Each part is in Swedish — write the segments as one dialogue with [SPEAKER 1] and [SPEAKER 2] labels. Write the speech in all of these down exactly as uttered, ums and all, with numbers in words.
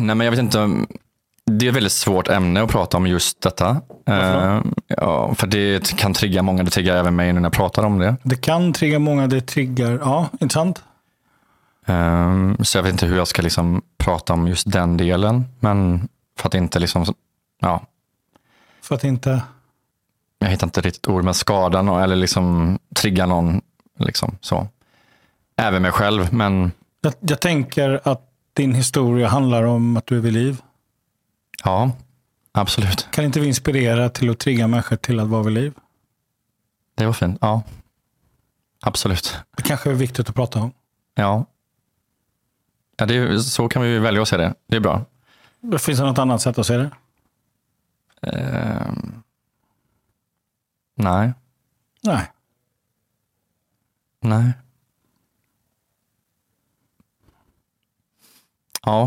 [SPEAKER 1] Nej, men jag vet inte. Det är ett väldigt svårt ämne att prata om just detta. Uh, ja, för det kan trigga många. Det triggar även mig när jag pratar om det.
[SPEAKER 2] Det kan trigga många. Det triggar, ja, intressant.
[SPEAKER 1] Uh, så jag vet inte hur jag ska liksom prata om just den delen. Men för att inte liksom, ja.
[SPEAKER 2] För att inte...
[SPEAKER 1] Jag hittar inte riktigt ord, men skada någon, eller liksom trigga någon, liksom så. Även mig själv, men...
[SPEAKER 2] Jag, jag tänker att din historia handlar om att du är vid liv.
[SPEAKER 1] Ja, absolut.
[SPEAKER 2] Kan inte vi inspirera till att trigga människor till att vara vid liv?
[SPEAKER 1] Det var fint, ja. Absolut.
[SPEAKER 2] Det kanske är viktigt att prata om.
[SPEAKER 1] Ja. Ja, det är, så kan vi välja att se det. Det är bra.
[SPEAKER 2] Det finns det något annat sätt att se det?
[SPEAKER 1] Uh, nej.
[SPEAKER 2] Nej.
[SPEAKER 1] Nej. Ja.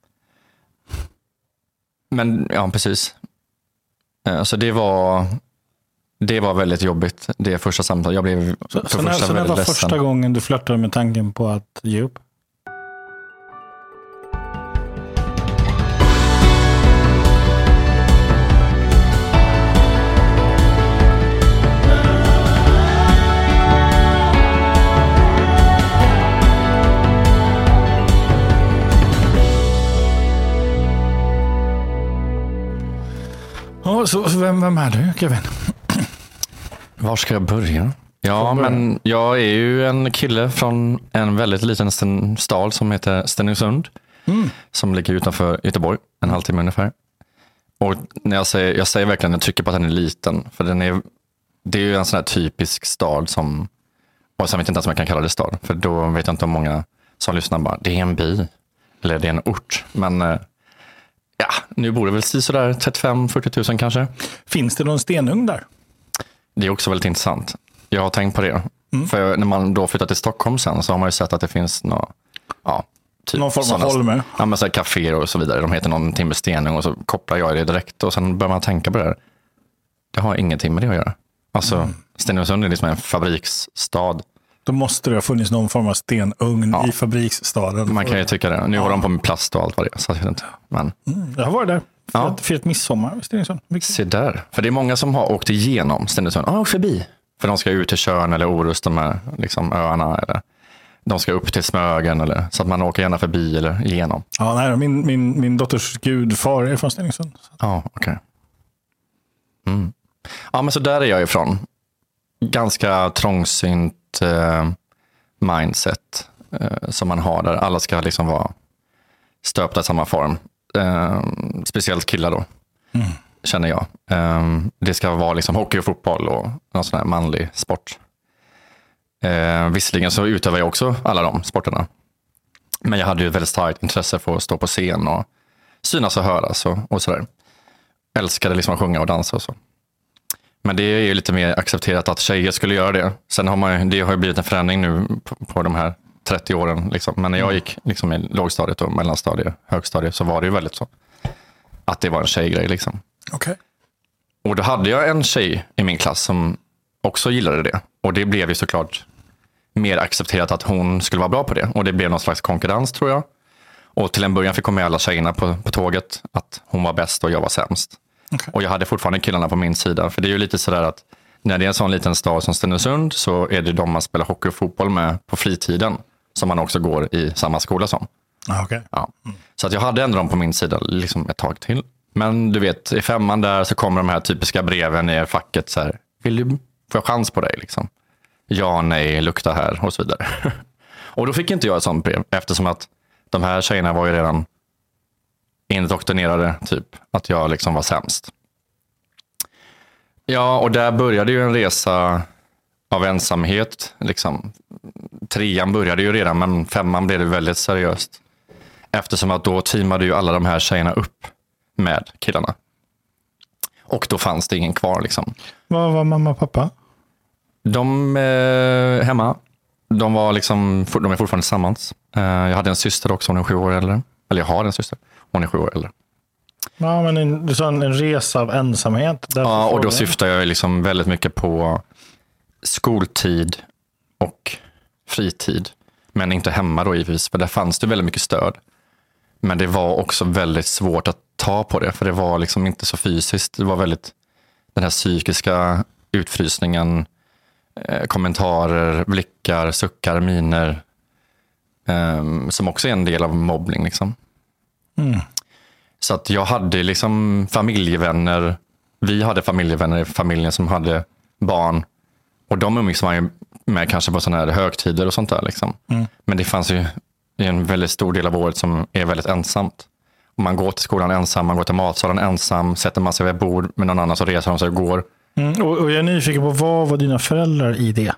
[SPEAKER 1] Men ja, precis. Alltså det var det var väldigt jobbigt. Det första samtalet. Jag blev
[SPEAKER 2] så,
[SPEAKER 1] för
[SPEAKER 2] så
[SPEAKER 1] första
[SPEAKER 2] när, så när var
[SPEAKER 1] ledsen.
[SPEAKER 2] Första gången du flörtade med tanken på att ge upp? Ja, så, så vem, vem är du, Kevin?
[SPEAKER 1] Var ska jag börja? Ja, men jag är ju en kille från en väldigt liten sten, stad som heter Stenungsund. Mm. Som ligger utanför Göteborg, en halvtimme ungefär. Och när jag säger, jag säger verkligen, jag trycker på att den är liten. För den är, det är ju en sån här typisk stad som, och sen vet jag inte ens om jag kan kalla det stad. För då vet jag inte om många som lyssnar bara, det är en by. Eller det är en ort. Men ja, nu bor det väl sådär trettiofem till fyrtio tusen kanske.
[SPEAKER 2] Finns det någon stenugn där?
[SPEAKER 1] Det är också väldigt intressant. Jag har tänkt på det. Mm. För när man då flyttar till Stockholm sen så har man ju sett att det finns några, ja, typ
[SPEAKER 2] någon form av holme.
[SPEAKER 1] Ja, men så här kaféer och så vidare. De heter någonting med stenung och så kopplar jag det direkt och sen börjar man tänka på det här. Det har ingenting med det att göra. Alltså, mm. Stenungsund är liksom en fabriksstad.
[SPEAKER 2] Då måste det ha funnits någon form av stenugn ja. i fabriksstaden.
[SPEAKER 1] Man kan ju tycka det. Nu ja. har de på med plast och allt vad det är. Så jag vet inte. Men...
[SPEAKER 2] Mm, jag har varit där. För ja. firat midsommar i Stenungsund.
[SPEAKER 1] Se där. För det är många som har åkt igenom Stenungsund. Ja, ah, förbi. För de ska ut till Tjörn eller Orust, de här liksom, öarna. Eller de ska upp till Smögen. Eller, så att man åker gärna förbi eller igenom.
[SPEAKER 2] Ja, nej, min, min, min dotters gudfar är från Stenungsund.
[SPEAKER 1] Ja, okej. Okay. Mm. Ja, men så där är jag ifrån. Ganska trångsynt eh, mindset eh, som man har där. Alla ska liksom vara stöpta i samma form. Eh, speciellt killar då, mm. känner jag. Eh, det ska vara liksom hockey och fotboll och någon sån här manlig sport. Eh, visserligen så utövar jag också alla de sporterna. Men jag hade ju ett väldigt starkt intresse för att stå på scen och synas och höras och, och sådär. Älskade liksom att sjunga och dansa och så. Men det är ju lite mer accepterat att tjejer skulle göra det. Sen har man ju, det har ju blivit en förändring nu på, på de här trettio åren. Liksom. Men när jag gick liksom i lågstadiet och mellanstadiet, högstadiet så var det ju väldigt så. Att det var en tjejgrej liksom.
[SPEAKER 2] Okej.
[SPEAKER 1] Och då hade jag en tjej i min klass som också gillade det. Och det blev ju såklart mer accepterat att hon skulle vara bra på det. Och det blev någon slags konkurrens tror jag. Och till en början fick komma med alla tjejerna på, på tåget. Att hon var bäst och jag var sämst. Okay. Och jag hade fortfarande killarna på min sida. För det är ju lite sådär att när det är en sån liten stad som Stenungsund så är det de man spelar hockey och fotboll med på fritiden. Som man också går i samma skola som.
[SPEAKER 2] Okay.
[SPEAKER 1] Ja. Så att jag hade ändå dem på min sida liksom ett tag till. Men du vet, i femman där så kommer de här typiska breven i facket så här. Vill du få chans på dig liksom? Ja, nej, lukta här och så vidare. Och då fick inte jag ett sånt brev eftersom att de här tjejerna var ju redan indoktrinerade typ. Att jag liksom var sämst. Ja, och där började ju en resa av ensamhet. Liksom. Trean började ju redan, men femman blev det väldigt seriöst. Eftersom att då teamade ju alla de här tjejerna upp med killarna. Och då fanns det ingen kvar liksom.
[SPEAKER 2] Vad var mamma och pappa?
[SPEAKER 1] De eh, hemma. De var liksom, de är fortfarande tillsammans. Eh, jag hade en syster också, hon är sju år äldre. Eller jag har en syster, hon är sju år äldre.
[SPEAKER 2] Ja, men en, du sa en, en resa av ensamhet.
[SPEAKER 1] Ja, och då syftar jag liksom väldigt mycket på skoltid och fritid. Men inte hemma då givetvis, för där fanns det väldigt mycket stöd. Men det var också väldigt svårt att ta på det. För det var liksom inte så fysiskt. Det var väldigt den här psykiska utfrysningen. Eh, kommentarer, blickar, suckar, miner. Eh, som också är en del av mobbning. Liksom.
[SPEAKER 2] Mm.
[SPEAKER 1] Så att jag hade liksom familjevänner. Vi hade familjevänner i familjen som hade barn. Och de umgicks man ju med kanske på sådana här högtider och sånt där. Liksom. Mm. Men det fanns ju en väldigt stor del av året som är väldigt ensamt. Och man går till skolan ensam, man går till matsalen ensam. Sätter man sig vid ett bord med någon annan så reser de sig och går.
[SPEAKER 2] Mm. Och, och jag är nyfiken på, vad var dina föräldrar i det?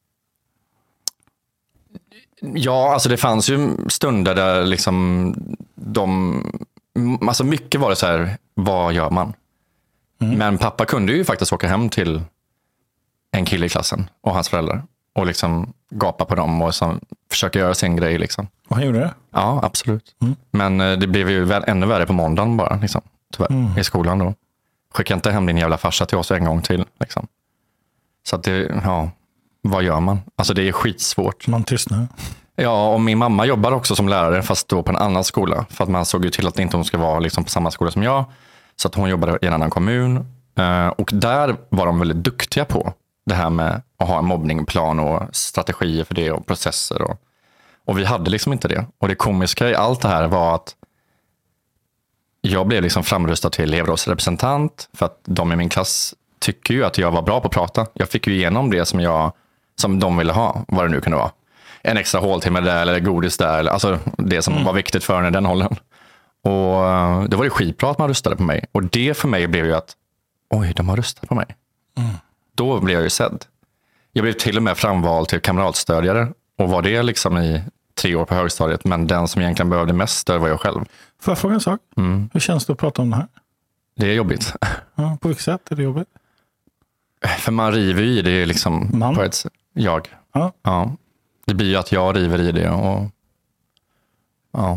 [SPEAKER 1] Ja, alltså det fanns ju stunder där liksom de... Alltså mycket var det så här, vad gör man? Mm. Men pappa kunde ju faktiskt åka hem till en kille i klassen och hans föräldrar. Och liksom gapa på dem och så försöka göra sin grej. Liksom.
[SPEAKER 2] Och han gjorde det?
[SPEAKER 1] Ja, absolut. Mm. Men det blev ju väl, ännu värre på måndagen bara, liksom, tyvärr, mm. i skolan då. Skicka inte hem din jävla farsa till oss en gång till. Liksom. Så att det, ja, vad gör man? Alltså det är skitsvårt.
[SPEAKER 2] Man tystnar.
[SPEAKER 1] Ja, och min mamma jobbar också som lärare fast då på en annan skola. För att man såg ju till att inte hon ska vara liksom på samma skola som jag. Så att hon jobbade i en annan kommun. Och där var de väldigt duktiga på det här med att ha en mobbningplan och strategier för det och processer. Och, och vi hade liksom inte det. Och det komiska i allt det här var att jag blev liksom framröstad till elevrådsrepresentant för att de i min klass tycker ju att jag var bra på att prata. Jag fick ju igenom det som, jag, som de ville ha, vad det nu kunde vara. En extra håltimme där eller godis där. Eller, alltså det som mm. var viktigt för henne i den hållen. Och det var det skitbra att man röstade på mig. Och det för mig blev ju att oj, de har röstat på mig. Mm. Då blev jag ju sedd. Jag blev till och med framvald till kamratstödjare. Och var det liksom i tre år på högstadiet. Men den som egentligen behövde mest stöd var jag själv.
[SPEAKER 2] Får jag fråga en sak? Mm. Hur känns det att prata om det här?
[SPEAKER 1] Det är jobbigt.
[SPEAKER 2] Ja, på vilket sätt är det jobbigt?
[SPEAKER 1] För man river i det liksom.
[SPEAKER 2] Man?
[SPEAKER 1] På ett, jag.
[SPEAKER 2] Ja.
[SPEAKER 1] Ja. Det blir ju att jag river i det. Och, ja.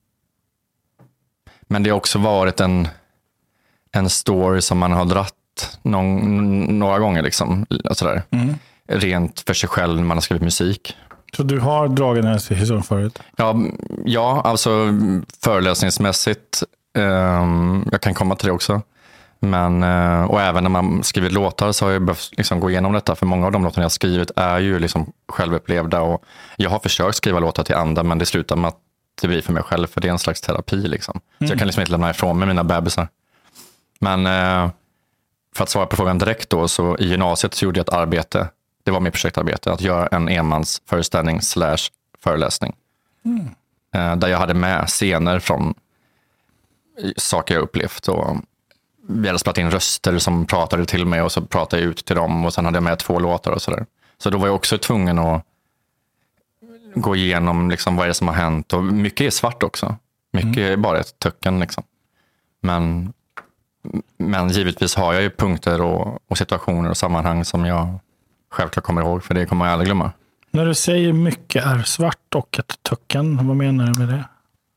[SPEAKER 1] Men det har också varit en, en story som man har dratt någon, några gånger. Liksom, alltså där. Mm. Rent för sig själv när man har skrivit musik.
[SPEAKER 2] Så du har dragit den här historien förut?
[SPEAKER 1] Ja, ja alltså föreläsningsmässigt. Um, jag kan komma till det också. Men, uh, och även när man skriver låtar så har jag behövt liksom gå igenom detta. För många av de låtarna jag har skrivit är ju liksom självupplevda. Och jag har försökt skriva låtar till andra men det slutar med att det blir för mig själv. För det är en slags terapi liksom. Mm. Så jag kan liksom inte lämna ifrån med mina bebisar. Men uh, för att svara på frågan direkt då. Så i gymnasiet så gjorde jag ett arbete. Det var mitt projektarbete. Att göra en enmansföreställning slash föreläsning. Mm. Uh, där jag hade med scener från saker jag upplevt. Och vi hade spelat in röster som pratade till mig och så pratade jag ut till dem. Och sen hade jag med två låtar och sådär. Så då var jag också tvungen att gå igenom liksom vad är det som har hänt. Och mycket är svart också. Mycket mm. är bara ett töcken liksom. Men, men givetvis har jag ju punkter och, och situationer och sammanhang som jag självklart kommer ihåg. För det kommer jag aldrig glömma.
[SPEAKER 2] När du säger mycket är svart och ett töcken, vad menar du med det?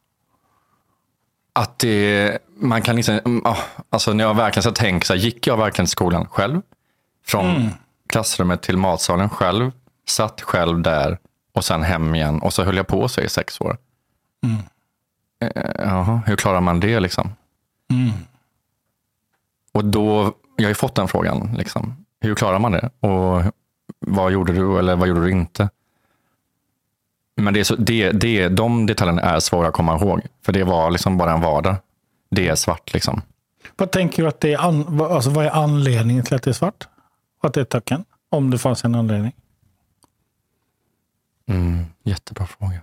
[SPEAKER 1] Att det, man kan liksom, alltså när jag verkligen så tänker så här, gick jag verkligen till skolan själv? Från mm. klassrummet till matsalen själv, satt själv där och sen hem igen. Och så höll jag på sig i sex år. Mm. Jaha, hur klarar man det liksom? Mm. Och då, jag har ju fått den frågan liksom. Hur klarar man det? Och vad gjorde du eller vad gjorde du inte? Men det är så, det, det, de detaljerna är svåra att komma ihåg. För det var liksom bara en vardag. Det är svart liksom.
[SPEAKER 2] Vad tänker du att det är, an, alltså vad är anledningen till att det är svart? Att det är töcken? Om det fanns en anledning.
[SPEAKER 1] Mm, jättebra fråga.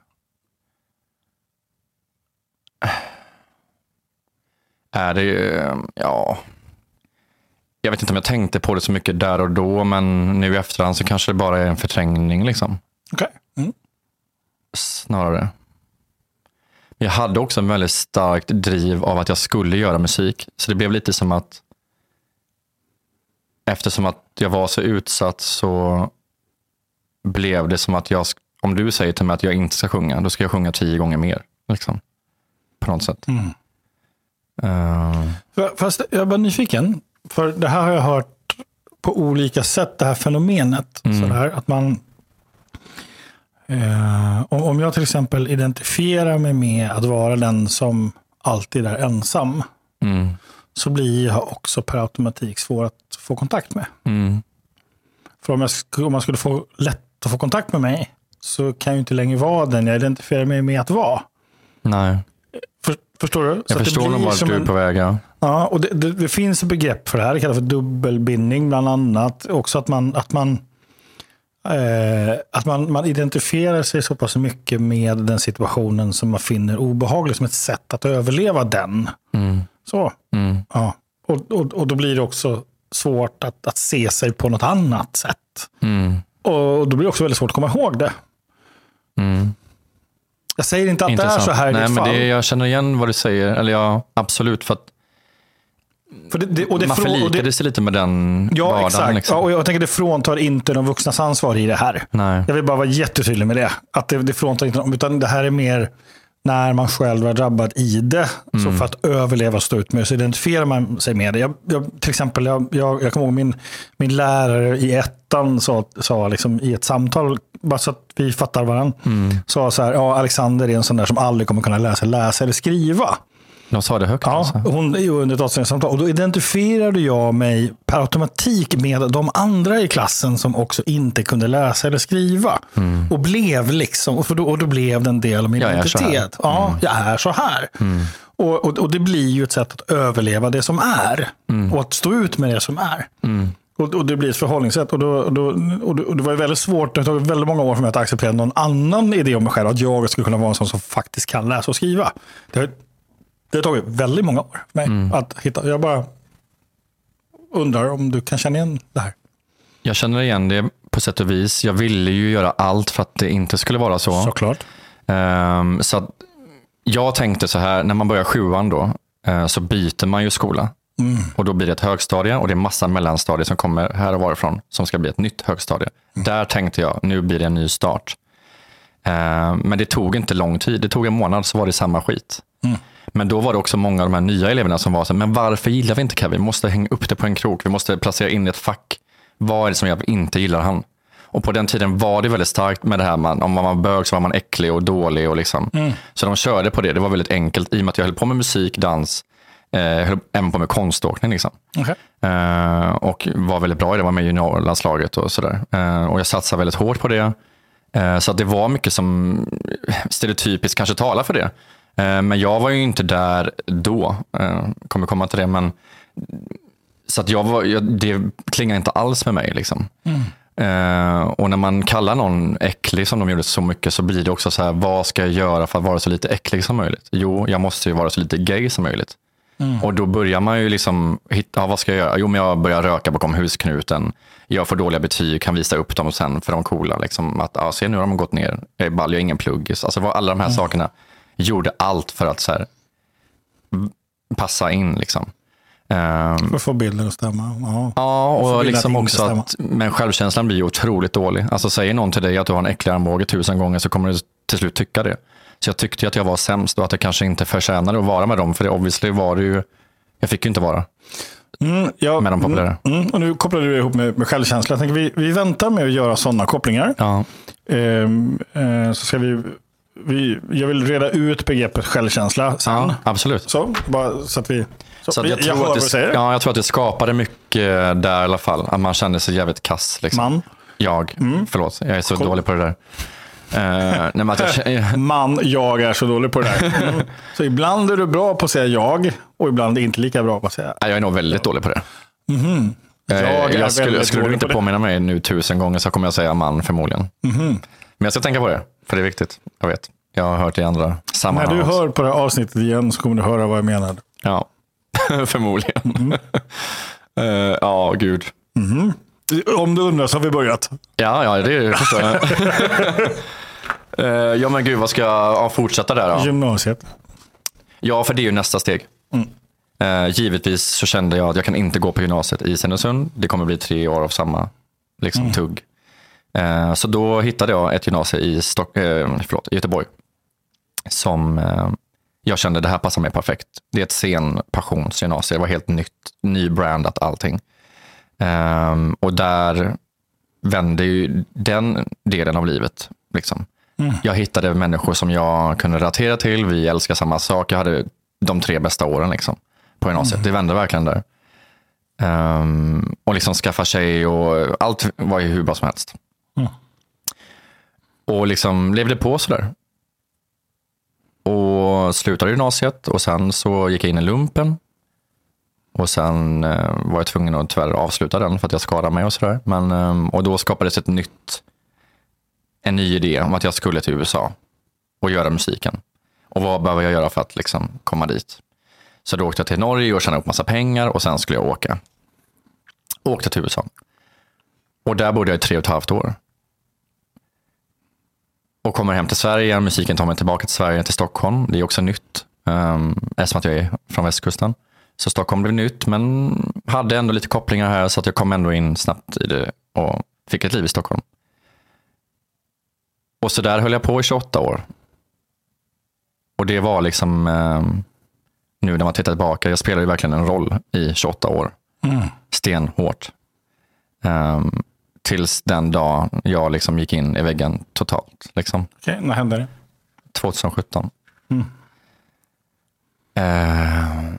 [SPEAKER 1] Är det, ja... Jag vet inte om jag tänkte på det så mycket där och då. Men nu i efterhand så kanske det bara är en förträngning liksom.
[SPEAKER 2] Okej. Okay. Mm.
[SPEAKER 1] Snarare. Jag hade också en väldigt starkt driv av att jag skulle göra musik. Så det blev lite som att eftersom att jag var så utsatt så blev det som att jag, om du säger till mig att jag inte ska sjunga, då ska jag sjunga tio gånger mer. Liksom. På något sätt. Mm. Uh...
[SPEAKER 2] Fast jag är bara nyfiken. För det här har jag hört på olika sätt, det här fenomenet. Mm. Sådär, att man... Eh, om, om jag till exempel identifierar mig med att vara den som alltid är ensam,
[SPEAKER 1] Mm.
[SPEAKER 2] så blir jag också per automatik svår att få kontakt med.
[SPEAKER 1] Mm.
[SPEAKER 2] För om, jag, sk- om man skulle få lätt att få kontakt med mig, så kan jag ju inte längre vara den jag identifierar mig med att vara.
[SPEAKER 1] Nej.
[SPEAKER 2] För, förstår du?
[SPEAKER 1] Jag
[SPEAKER 2] så
[SPEAKER 1] förstår nog vart du är
[SPEAKER 2] en,
[SPEAKER 1] på väg. Ja.
[SPEAKER 2] Ja, och det, det, det finns ett begrepp för det här. Det kallas för dubbelbindning bland annat. Också att man, att man, eh, att man, man identifierar sig så pass mycket med den situationen som man finner obehaglig som ett sätt att överleva den.
[SPEAKER 1] Mm.
[SPEAKER 2] Så.
[SPEAKER 1] Mm.
[SPEAKER 2] Ja. Och, och, och då blir det också svårt att, att se sig på något annat sätt.
[SPEAKER 1] Mm.
[SPEAKER 2] Och då blir det också väldigt svårt att komma ihåg det.
[SPEAKER 1] Mm.
[SPEAKER 2] Jag säger inte att
[SPEAKER 1] Intressant.
[SPEAKER 2] det är så här i
[SPEAKER 1] Nej,
[SPEAKER 2] ditt
[SPEAKER 1] men
[SPEAKER 2] fall.
[SPEAKER 1] det, jag känner igen vad du säger. Eller ja, absolut. För att
[SPEAKER 2] För det, det, och det
[SPEAKER 1] man
[SPEAKER 2] frå- och
[SPEAKER 1] förlikade
[SPEAKER 2] det,
[SPEAKER 1] sig lite med den
[SPEAKER 2] Ja,
[SPEAKER 1] vardagen.
[SPEAKER 2] exakt.
[SPEAKER 1] Liksom.
[SPEAKER 2] Ja, och jag tänker det fråntar inte de vuxnas ansvar i det här.
[SPEAKER 1] Nej.
[SPEAKER 2] Jag vill bara vara jättetydlig med det. Att det, det fråntar inte dem, utan det här är mer när man själv är drabbad i det. Mm. Så för att överleva och stå ut med det, så identifierar man sig med det. Jag, jag, till exempel, jag, jag, jag kommer ihåg min, min lärare i ettan sa, sa liksom i ett samtal, bara så att vi fattar varandra, mm. sa så här, ja, Alexander är en sån där som aldrig kommer kunna läsa, läsa eller skriva.
[SPEAKER 1] De sa det högt.
[SPEAKER 2] Ja,
[SPEAKER 1] alltså.
[SPEAKER 2] hon är ju under ett avstängningssamtal. Och då identifierade jag mig per automatik med de andra i klassen som också inte kunde läsa eller skriva. Mm. Och blev liksom, och, för då, och då blev det en del av min
[SPEAKER 1] jag
[SPEAKER 2] identitet. Ja, mm. jag är så här. Mm. Och, och, och det blir ju ett sätt att överleva det som är. Mm. Och att stå ut med det som är. Mm. Och, och det blir ett förhållningssätt. Och, då, och, då, och, då, och det var ju väldigt svårt, det tog väldigt många år för mig att acceptera någon annan idé om mig själv. Att jag skulle kunna vara en sån som faktiskt kan läsa och skriva. Det Det har tagit väldigt många år för mig mm. att hitta. Jag bara undrar om du kan känna igen det här.
[SPEAKER 1] Jag känner igen det på sätt och vis. Jag ville ju göra allt för att det inte skulle vara så.
[SPEAKER 2] Såklart.
[SPEAKER 1] Um, så att jag tänkte så här, när man börjar sjuan då, uh, så byter man ju skola. Mm. Och då blir det ett högstadie och det är massa mellanstadier som kommer här och varifrån som ska bli ett nytt högstadie. Mm. Där tänkte jag, nu blir det en ny start. Uh, men det tog inte lång tid. Det tog en månad så var det samma skit. Mm. Men då var det också många av de här nya eleverna som var så, men varför gillar vi inte Kevin? Vi måste hänga upp det på en krok. Vi måste placera in i ett fack. Vad är det som jag inte gillar han? Och på den tiden var det väldigt starkt med det här. Man, om man var bög så var man äcklig och dålig. Och liksom. Mm. Så de körde på det. Det var väldigt enkelt i och med att jag höll på med musik, dans. Eh, höll även på med konståkning. Liksom. Okay. Eh, och var väldigt bra i det. Var med i juniorlandslaget och sådär. Eh, och jag satsade väldigt hårt på det. Eh, så att det var mycket som stereotypiskt kanske talar för det. Men jag var ju inte där då. Kommer komma till det. Men, så att jag var, jag, det klingar inte alls med mig. Liksom. Mm. Uh, och när man kallar någon äcklig som de gjorde så mycket, så blir det också så här, vad ska jag göra för att vara så lite äcklig som möjligt? Jo, jag måste ju vara så lite gay som möjligt. Mm. Och då börjar man ju liksom hitta, ja, vad ska jag göra? Jo, men jag börjar röka bakom husknuten. Jag får dåliga betyg, kan visa upp dem sen för de coola. Liksom, att ja, se nu har de gått ner. Jag är ball, jag har ingen plugg. Alltså alla de här mm. sakerna. Gjorde allt för att så här, passa in liksom. Um,
[SPEAKER 2] för att få bilden att stämma. Ja,
[SPEAKER 1] ja och liksom också att, men självkänslan blir ju otroligt dålig. Alltså säger någon till dig att du har en äcklig armbåge tusen gånger, så kommer du till slut tycka det. Så jag tyckte att jag var sämst och att jag kanske inte förtjänade att vara med dem, för det obviously var det ju, jag fick ju inte vara mm, ja, med de populära.
[SPEAKER 2] Mm, mm, och nu kopplar du ihop med, med självkänsla. Jag tänker, vi, vi väntar med att göra sådana kopplingar. Ja. Ehm, eh, så ska vi Vi, jag vill reda ut begreppet självkänsla sen.
[SPEAKER 1] Ja, absolut.
[SPEAKER 2] Så, bara så att vi... Så,
[SPEAKER 1] så att jag,
[SPEAKER 2] jag,
[SPEAKER 1] tror
[SPEAKER 2] jag
[SPEAKER 1] att det, ja, jag tror att det skapade mycket där i alla fall. Att man kände sig jävligt kass. Liksom.
[SPEAKER 2] Man.
[SPEAKER 1] Jag. Mm. Förlåt, jag är så cool. dålig på det där. Uh, nej, att jag...
[SPEAKER 2] Man, jag är så dålig på det där. Mm. Så ibland är du bra på att säga jag, och ibland är inte lika bra på att säga...
[SPEAKER 1] Jag är nog väldigt dålig på det.
[SPEAKER 2] Mm-hmm.
[SPEAKER 1] Jag, jag skulle, skulle du inte påminna mig nu tusen gånger, så kommer jag säga man förmodligen. Mm-hmm. Men jag ska tänka på det, för det är viktigt. Jag vet. Jag har hört det i andra sammanhang.
[SPEAKER 2] När du
[SPEAKER 1] också.
[SPEAKER 2] hör på det här avsnittet igen, så kommer du höra vad jag menar.
[SPEAKER 1] Ja, förmodligen. Mm. uh, ja, gud.
[SPEAKER 2] Mm-hmm. Om du undrar så har vi börjat.
[SPEAKER 1] Ja, ja, det förstår jag. uh, ja, men gud, vad ska jag fortsätta där då?
[SPEAKER 2] Gymnasiet.
[SPEAKER 1] Ja, för det är ju nästa steg. Mm. Uh, givetvis så kände jag att jag kan inte gå på gymnasiet i Stenungsund. Det kommer bli tre år av samma liksom, mm. tugg. Uh, så då hittade jag ett gymnasium i Stock- uh, förlåt, Göteborg. Som uh, jag kände, det här passar mig perfekt. Det är ett scenpassionsgymnasium. Det var helt nytt, nybrandat allting. Um, och där vände ju den delen av livet. Liksom. Mm. Jag hittade människor som jag kunde relatera till. Vi älskar samma sak. Jag hade de tre bästa åren liksom, på gymnasiet. Mm. Det vände verkligen där. Um, och liksom skaffa sig och allt var ju hur bra som helst. Mm. Och liksom levde på sådär. Och slutade gymnasiet och sen så gick jag in i lumpen. Och sen uh, var jag tvungen att tyvärr avsluta den för att jag skadade mig och sådär. Men, um, och då skapades ett nytt, en ny idé om att jag skulle till U S A och göra musiken. Och vad behöver jag göra för att liksom komma dit? Så då åkte jag till Norge och tjänade upp massa pengar och sen skulle jag åka. Och åkte till U S A. Och där bodde jag i tre och ett halvt år. Och kommer hem till Sverige. Musiken tar mig tillbaka till Sverige, till Stockholm. Det är också nytt. Um, eftersom att jag är från västkusten. Så Stockholm blev nytt, men hade ändå lite kopplingar här så att jag kom ändå in snabbt i det och fick ett liv i Stockholm. Och så där höll jag på i tjugoåtta år. Och det var liksom, um, nu när man tittar tillbaka, jag spelade ju verkligen en roll i tjugoåtta år. Mm. Stenhårt. Um, tills den dag jag liksom gick in i väggen totalt. Liksom.
[SPEAKER 2] Okej, när hände det?
[SPEAKER 1] tjugohundrasjutton. Mm. Uh,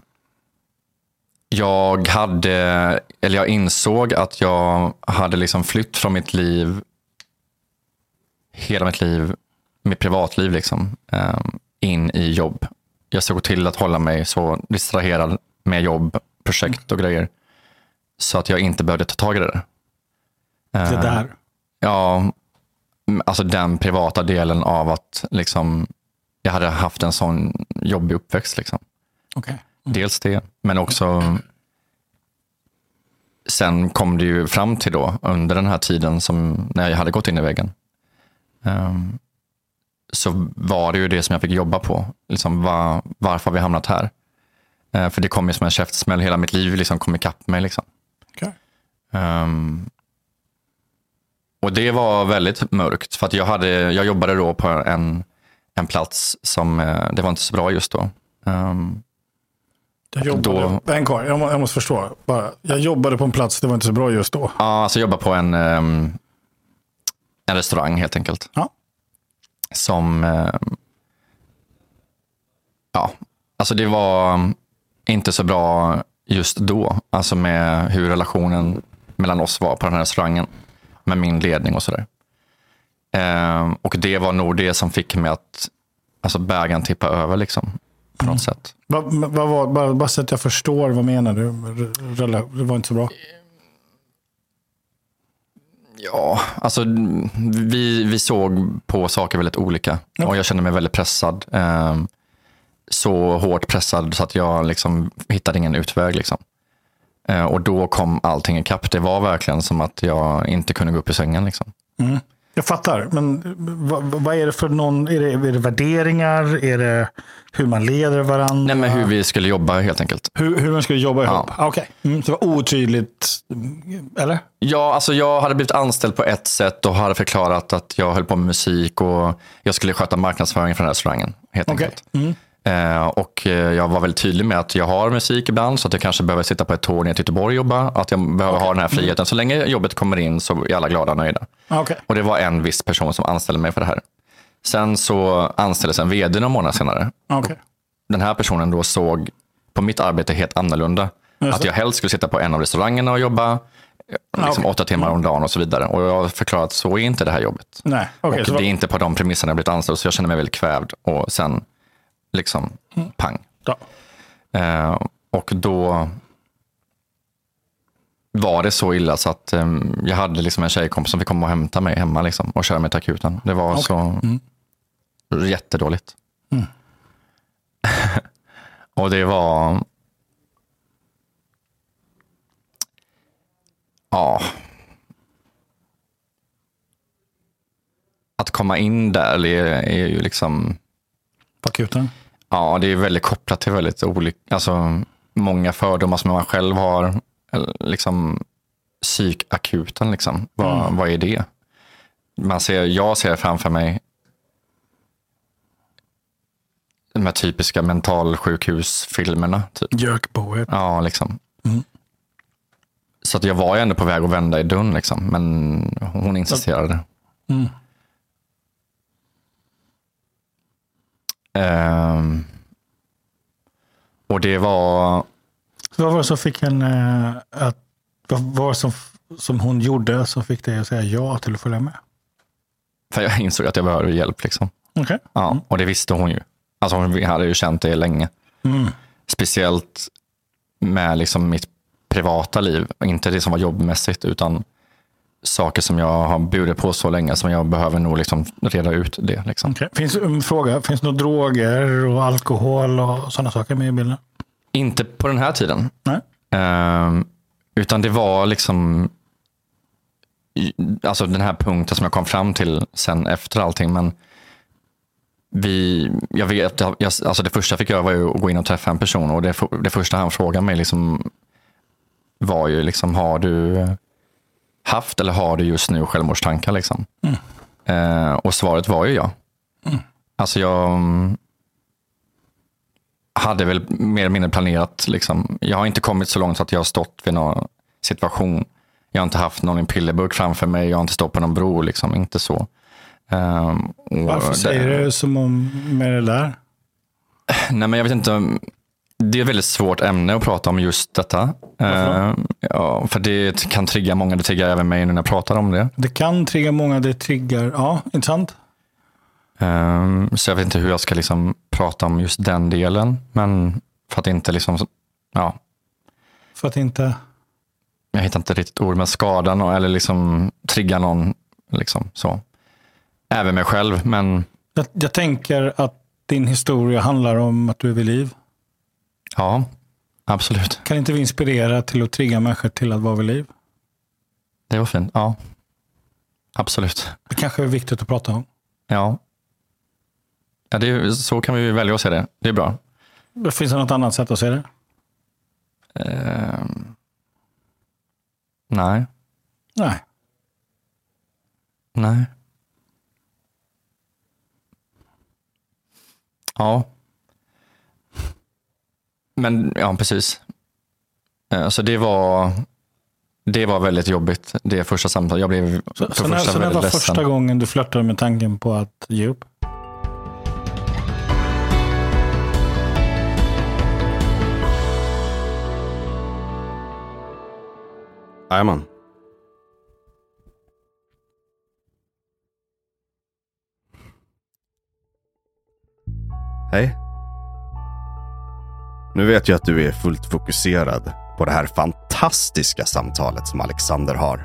[SPEAKER 1] jag hade, eller jag insåg att jag hade liksom flytt från mitt liv, hela mitt liv, mitt privatliv liksom, um, in i jobb. Jag såg till att hålla mig så distraherad med jobb, projekt och grejer. Så att jag inte behövde ta tag i det.
[SPEAKER 2] Det där? Uh,
[SPEAKER 1] ja, alltså den privata delen av att liksom, jag hade haft en sån jobbig uppväxt. Liksom.
[SPEAKER 2] Okay. Mm.
[SPEAKER 1] Dels det, men också sen kom det ju fram till då, under den här tiden som när jag hade gått in i väggen. Um, så var det ju det som jag fick jobba på. Liksom var, varför har vi hamnat här? Uh, för det kom ju som en käftsmäll. Hela mitt liv liksom kom ikapp mig. Liksom.
[SPEAKER 2] Okay.
[SPEAKER 1] Um, och det var väldigt mörkt. För att jag, hade, jag jobbade då på en, en plats som, uh, det var inte så bra just då. Um,
[SPEAKER 2] jag jobbade, då, en kvar, jag, må, jag måste förstå. Bara, jag jobbade på en plats, det var inte så bra just då.
[SPEAKER 1] Ja, alltså jag jobbade på en, um, en restaurang helt enkelt.
[SPEAKER 2] Ja.
[SPEAKER 1] Som, um, ja, alltså det var inte så bra just då. Alltså med hur relationen mellan oss var på den här restaurangen. Med min ledning och sådär. Um, och det var nog det som fick mig att alltså bägaren tippa över liksom. På något mm. sätt.
[SPEAKER 2] Vad va, va, bara, bara så att jag förstår, vad menar du? Det var inte så bra.
[SPEAKER 1] Ja, alltså vi, vi såg på saker väldigt olika. Okay. Och jag kände mig väldigt pressad. Um, så hårt pressad så att jag liksom hittade ingen utväg. Liksom. Uh, och då kom allting ikapp. Det var verkligen som att jag inte kunde gå upp i sängen. Liksom.
[SPEAKER 2] Mm. Jag fattar, men vad, vad är det för någon, är det, är det värderingar, är det hur man leder varandra?
[SPEAKER 1] Nej, men hur vi skulle jobba helt enkelt.
[SPEAKER 2] Hur, hur man skulle jobba ihop? Ja. Okej, okay. mm, så det var otydligt, eller?
[SPEAKER 1] Ja, alltså jag hade blivit anställd på ett sätt och hade förklarat att jag höll på med musik och jag skulle sköta marknadsföringen för den här restaurangen, helt
[SPEAKER 2] okay.
[SPEAKER 1] enkelt.
[SPEAKER 2] Mm.
[SPEAKER 1] Eh, och jag var väldigt tydlig med att jag har musik ibland så att jag kanske behöver sitta på ett tåg ner till Göteborg och jobba. Att jag behöver okay. ha den här friheten. Mm. Så länge jobbet kommer in så är alla glada och nöjda.
[SPEAKER 2] Okay.
[SPEAKER 1] Och det var en viss person som anställde mig för det här. Sen så anställdes en vd några månader senare.
[SPEAKER 2] Okay.
[SPEAKER 1] Den här personen då såg på mitt arbete helt annorlunda. Att jag helst skulle sitta på en av restaurangerna och jobba liksom okay. åtta timmar om dagen och så vidare. Och jag har förklarat att så är inte det här jobbet.
[SPEAKER 2] Nej. Okay,
[SPEAKER 1] och det är inte på de premisserna jag blivit anställd. Så jag känner mig väldigt kvävd. Och sen liksom mm. pang.
[SPEAKER 2] Ja.
[SPEAKER 1] Eh, och då var det så illa så att um, jag hade liksom en tjejkompis som fick komma och hämta mig hemma liksom, och köra mig till akuten. Det var okay. så mm. jättedåligt. Mm. Och det var ja att komma in där är, är ju liksom
[SPEAKER 2] på akuten.
[SPEAKER 1] Ja, det är väldigt kopplat till väldigt olika, alltså många fördomar som man själv har, liksom psykakuten liksom. Vad, mm. vad är det? Man ser, jag ser framför mig de här typiska mentalsjukhusfilmerna. Typ.
[SPEAKER 2] Jökboet.
[SPEAKER 1] Ja, liksom.
[SPEAKER 2] Mm.
[SPEAKER 1] Så att jag var ju ändå på väg att vända i dörren liksom, men hon insisterade.
[SPEAKER 2] Mm.
[SPEAKER 1] Um, och det var...
[SPEAKER 2] Så vad var det som fick en... Äh, att, vad var det som, som hon gjorde som fick dig att säga ja till att följa med?
[SPEAKER 1] För jag insåg att jag behövde hjälp. Liksom.
[SPEAKER 2] Okay.
[SPEAKER 1] Ja,
[SPEAKER 2] mm.
[SPEAKER 1] och det visste hon ju. Alltså hon hade ju känt det länge.
[SPEAKER 2] Mm.
[SPEAKER 1] Speciellt med liksom mitt privata liv. Inte det som var jobbmässigt utan saker som jag har burit på så länge som jag behöver nog liksom reda ut det. Liksom.
[SPEAKER 2] Okay. Finns en fråga, finns det några droger och alkohol och sådana saker med i bilden?
[SPEAKER 1] Inte på den här tiden.
[SPEAKER 2] Nej.
[SPEAKER 1] Uh, utan det var liksom alltså den här punkten som jag kom fram till sen efter allting. Men vi, jag vet, jag, alltså det första jag fick göra var ju att gå in och träffa en person och det, det första han frågade mig liksom var ju liksom, har du haft eller har du just nu självmordstankar liksom? Mm. Uh, och svaret var ju ja. Mm. Alltså jag hade väl mer eller mindre planerat liksom. Jag har inte kommit så långt så att jag har stått vid någon situation. Jag har inte haft någon pillerburk framför mig. Jag har inte stått på någon bro liksom. Inte så. Um,
[SPEAKER 2] Varför säger det, du som om med det där?
[SPEAKER 1] Nej men jag vet inte. Det är ett väldigt svårt ämne att prata om just detta. Uh, ja, för det kan trigga många. Det triggar även mig när jag pratar om det.
[SPEAKER 2] Det kan trigga många. Det triggar, ja, intressant.
[SPEAKER 1] Um, så jag vet inte hur jag ska liksom prata om just den delen. Men för att inte liksom, ja.
[SPEAKER 2] För att inte...
[SPEAKER 1] Jag hittar inte riktigt ord med skadan eller liksom trigga någon liksom så. Även mig själv, men...
[SPEAKER 2] Jag, jag tänker att din historia handlar om att du är vid liv.
[SPEAKER 1] Ja, absolut.
[SPEAKER 2] Kan inte vi inspirera till att trigga människor till att vara vid liv?
[SPEAKER 1] Det var fint, ja. Absolut.
[SPEAKER 2] Det kanske är viktigt att prata om.
[SPEAKER 1] Ja. Ja, det är, så kan vi välja att se det. Det är bra.
[SPEAKER 2] Finns det något annat sätt att se det?
[SPEAKER 1] Uh, nej.
[SPEAKER 2] Nej.
[SPEAKER 1] Nej. Ja. Men ja, precis. Alltså det var det var väldigt jobbigt. Det första samtalet. Jag blev
[SPEAKER 2] så,
[SPEAKER 1] för
[SPEAKER 2] så
[SPEAKER 1] första
[SPEAKER 2] när, så
[SPEAKER 1] väldigt
[SPEAKER 2] det var
[SPEAKER 1] ledsen.
[SPEAKER 2] Första gången du flörtade med tanken på att ge upp?
[SPEAKER 3] Jajamän. Hej. Nu vet jag att du är fullt fokuserad på det här fantastiska samtalet som Alexander har.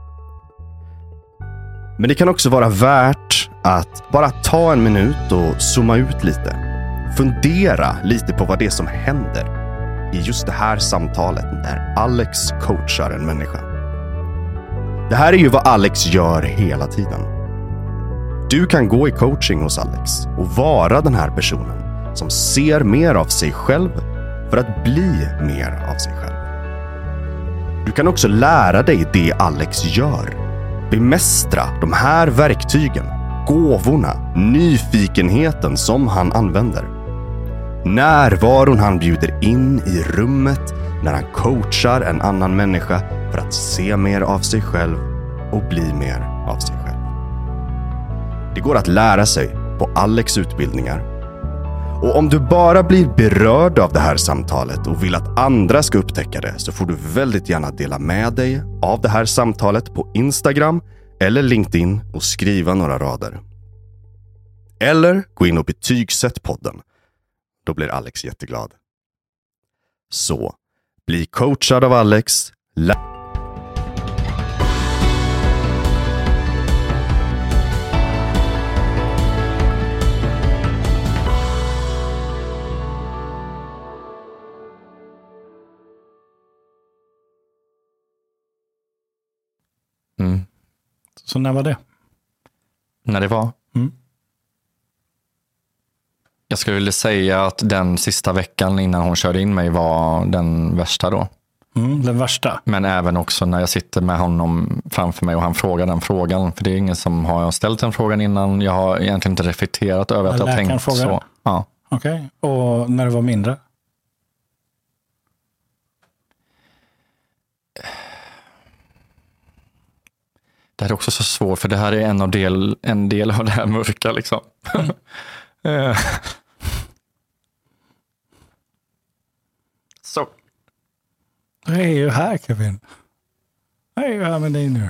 [SPEAKER 3] Men det kan också vara värt att bara ta en minut och zooma ut lite. Fundera lite på vad det är som händer i just det här samtalet när Alex coachar en människa. Det här är ju vad Alex gör hela tiden. Du kan gå i coaching hos Alex och vara den här personen som ser mer av sig själv för att bli mer av sig själv. Du kan också lära dig det Alex gör. Bemästra de här verktygen, gåvorna, nyfikenheten som han använder. Närvaron han bjuder in i rummet när han coachar en annan människa för att se mer av sig själv och bli mer av sig själv. Det går att lära sig på Alex utbildningar. Och om du bara blir berörd av det här samtalet och vill att andra ska upptäcka det, så får du väldigt gärna dela med dig av det här samtalet på Instagram eller LinkedIn och skriva några rader. Eller gå in och betygsätt podden. Då blir Alex jätteglad. Så, bli coachad av Alex. Lä-
[SPEAKER 1] Mm.
[SPEAKER 2] Så när var det?
[SPEAKER 1] När det var?
[SPEAKER 2] Mm.
[SPEAKER 1] Jag skulle vilja säga att den sista veckan innan hon körde in mig var den värsta då.
[SPEAKER 2] Mm, den värsta.
[SPEAKER 1] Men även också när jag sitter med honom framför mig och han frågar den frågan. För det är ingen som har ställt den frågan innan. Jag har egentligen inte reflekterat över att jag har tänkt
[SPEAKER 2] frågar.
[SPEAKER 1] så. Ja.
[SPEAKER 2] Okej, okay. Och när det var mindre?
[SPEAKER 1] Det här är också så svårt, för det här är en, av del, en del av det här mörka liksom. Mm. Så.
[SPEAKER 2] Jag är ju här, Kevin. Jag är ju här med dig nu.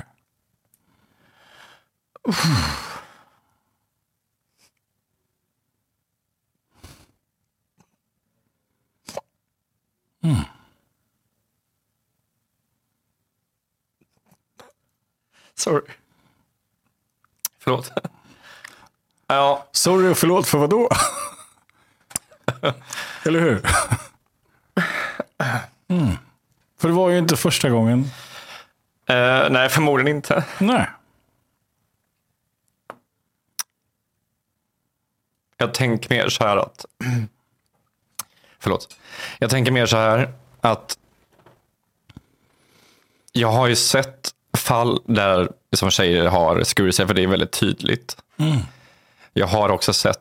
[SPEAKER 2] Mm.
[SPEAKER 1] Sorry. Förlåt. Ja.
[SPEAKER 2] Sorry och förlåt för vad då? Eller hur? Mm. För det var ju inte första gången.
[SPEAKER 1] Uh, nej, förmodligen inte.
[SPEAKER 2] Nej.
[SPEAKER 1] Jag tänker mer så här att... Förlåt. Jag tänker mer så här att... Jag har ju sett fall där som tjejer har skurit sig, för det är väldigt tydligt.
[SPEAKER 2] Mm.
[SPEAKER 1] Jag har också sett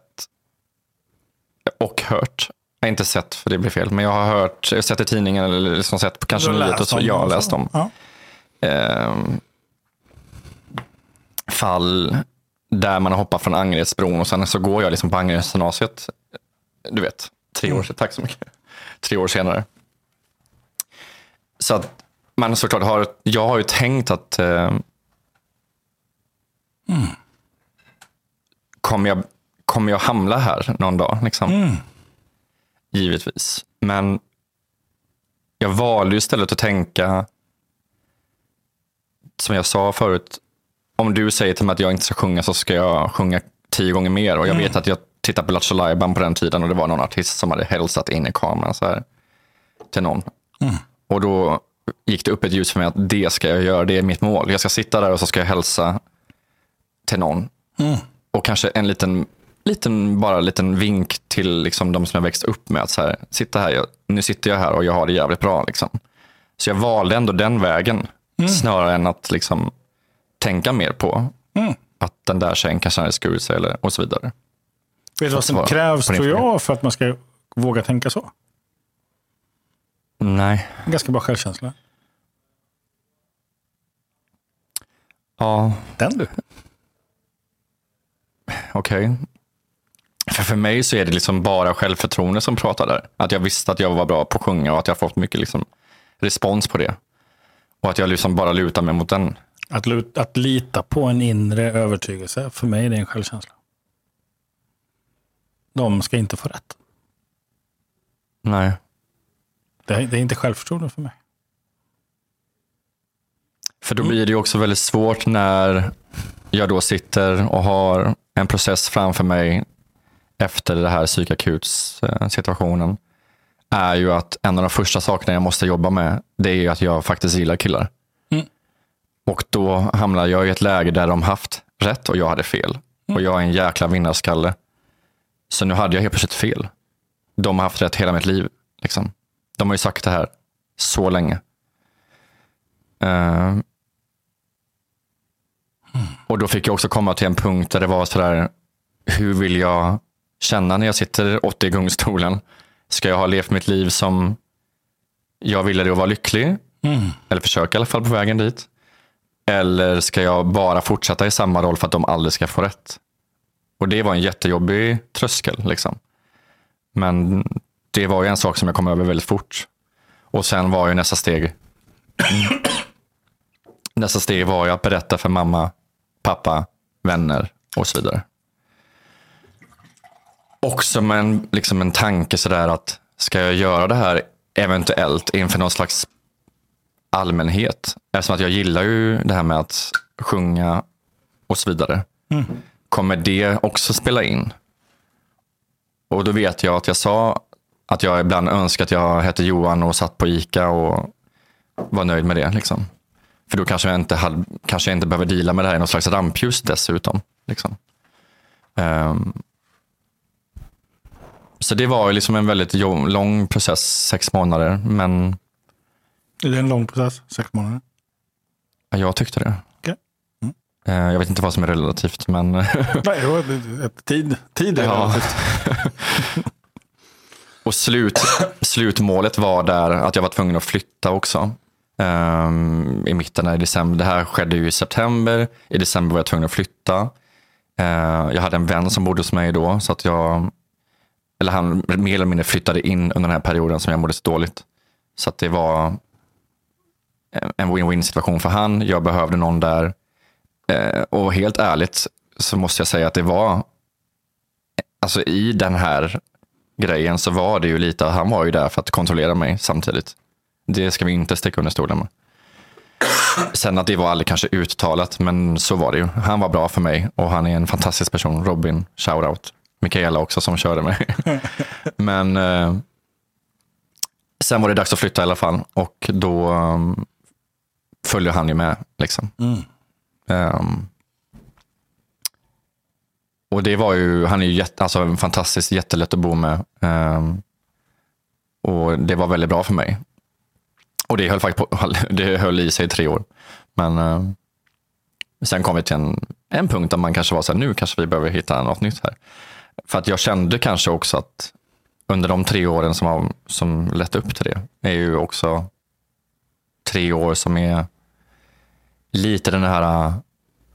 [SPEAKER 1] och hört. Jag har inte sett, för det blir fel. Men jag har hört, jag har sett i tidningen eller liksom sett på kanske lite så jag har läst om.
[SPEAKER 2] Ja.
[SPEAKER 1] Eh, fall där man har hoppat från Angeredsbron och sen så går jag liksom på Angeredsgymnasiet. Du vet, tre år sedan. Tack så mycket. Tre år senare. Så att man såklart har, jag har ju tänkt att eh,
[SPEAKER 2] mm.
[SPEAKER 1] kommer jag, kommer jag hamna här någon dag liksom.
[SPEAKER 2] Mm.
[SPEAKER 1] Givetvis. Men jag valde ju istället att tänka, som jag sa förut, om du säger till mig att jag inte ska sjunga så ska jag sjunga tio gånger mer. Och jag
[SPEAKER 2] Mm.
[SPEAKER 1] vet att jag tittade på Lattjo Lajban på den tiden och det var någon artist som hade hälsat in i kameran så här till någon.
[SPEAKER 2] Mm.
[SPEAKER 1] Och då gick det upp ett ljus för mig att det ska jag göra, det är mitt mål. Jag ska sitta där och så ska jag hälsa till någon.
[SPEAKER 2] Mm.
[SPEAKER 1] Och kanske en liten, liten bara en liten vink till liksom de som jag växt upp med. Att så här, sitta här, jag, nu sitter jag här och jag har det jävligt bra. Liksom. Så jag valde ändå den vägen.
[SPEAKER 2] Mm.
[SPEAKER 1] Snarare än att liksom, tänka mer på
[SPEAKER 2] Mm.
[SPEAKER 1] att den där tjejen kanske hade skurit sig eller, och så vidare.
[SPEAKER 2] Vet du vad som
[SPEAKER 1] svara
[SPEAKER 2] krävs,
[SPEAKER 1] på din
[SPEAKER 2] tror
[SPEAKER 1] fråga.
[SPEAKER 2] jag, för att man ska våga tänka så?
[SPEAKER 1] Nej.
[SPEAKER 2] Ganska bra självkänsla.
[SPEAKER 1] Ja,
[SPEAKER 2] Den du.
[SPEAKER 1] okej. Okay. För, för mig så är det liksom bara självförtroende som pratar där. Att jag visste att jag var bra på att sjunga och att jag fått mycket liksom respons på det. Och att jag liksom bara lutar mig mot den.
[SPEAKER 2] Att, lut, att lita på en inre övertygelse, för mig är det en självkänsla. De ska inte få rätt.
[SPEAKER 1] Nej.
[SPEAKER 2] Det är, det är inte självförtroende för mig.
[SPEAKER 1] För då blir det ju också väldigt svårt när jag då sitter och har en process framför mig efter det här psykakuts situationen. Är ju att en av de första sakerna jag måste jobba med, det är ju att jag faktiskt gillar killar.
[SPEAKER 2] Mm.
[SPEAKER 1] Och då hamnar jag i ett läge där de haft rätt och jag hade fel.
[SPEAKER 2] Mm.
[SPEAKER 1] Och jag är en jäkla vinnarskalle. Så nu hade jag helt plötsligt fel. De har haft rätt hela mitt liv. Liksom. De har ju sagt det här så länge. Uh, mm. Och då fick jag också komma till en punkt där det var sådär, hur vill jag känna när jag sitter åtta i gungstolen? Ska jag ha levt mitt liv som jag ville det och vara lycklig?
[SPEAKER 2] Mm.
[SPEAKER 1] Eller försöka i alla fall på vägen dit. Eller ska jag bara fortsätta i samma roll för att de aldrig ska få rätt? Och det var en jättejobbig tröskel. Liksom. Men det var ju en sak som jag kom över väldigt fort. Och sen var ju nästa steg. nästa steg var ju att berätta för mamma, pappa, vänner och så vidare. Också med en, liksom en tanke sådär att ska jag göra det här eventuellt inför någon slags allmänhet? Eftersom att jag gillar ju det här med att sjunga och så vidare.
[SPEAKER 2] Mm.
[SPEAKER 1] Kommer det också spela in? Och då vet jag att jag sa att jag ibland önskar att jag hette Johan och satt på Ica och var nöjd med det. Liksom. För då kanske jag inte, hade, kanske jag inte behöver deala med det här i någon slags rampljus dessutom. Liksom. Um, så det var ju liksom en väldigt lång process, sex månader. Men
[SPEAKER 2] är det en lång process, sex månader?
[SPEAKER 1] jag tyckte det.
[SPEAKER 2] Okay. Mm.
[SPEAKER 1] Uh, jag vet inte vad som är relativt, men...
[SPEAKER 2] Nej, det ett tid, tid är
[SPEAKER 1] ja.
[SPEAKER 2] relativt.
[SPEAKER 1] Och slut, slutmålet var där att jag var tvungen att flytta också. Um, I mitten av december. Det här skedde ju i september. I december var jag tvungen att flytta. Uh, jag hade en vän som bodde hos mig då. Så att jag, eller han mer eller mindre flyttade in under den här perioden som jag mådde så dåligt. Så att det var en win-win situation för han. Jag behövde någon där. Eh, och helt ärligt så måste jag säga att det var, alltså i den här grejen så var det ju lite, han var ju där för att kontrollera mig samtidigt. Det ska vi inte sticka under stolen med. Sen att det var aldrig kanske uttalat, men så var det ju. Han var bra för mig och han är en fantastisk person. Robin, shoutout. Mikaela också som körde mig. Men eh, sen var det dags att flytta i alla fall. Och då um, följde han ju med. Liksom. Mm. Um, och det var ju, han är ju jätte, alltså, fantastiskt, jättelätt att bo med. Um, och det var väldigt bra för mig. Och det höll faktiskt på, det höll i sig i tre år. Men uh, sen kom vi till en, en punkt där man kanske var så här, nu kanske vi behöver hitta något nytt här. För att jag kände kanske också att under de tre åren som, har, som lett upp till det är ju också tre år som är lite den här uh,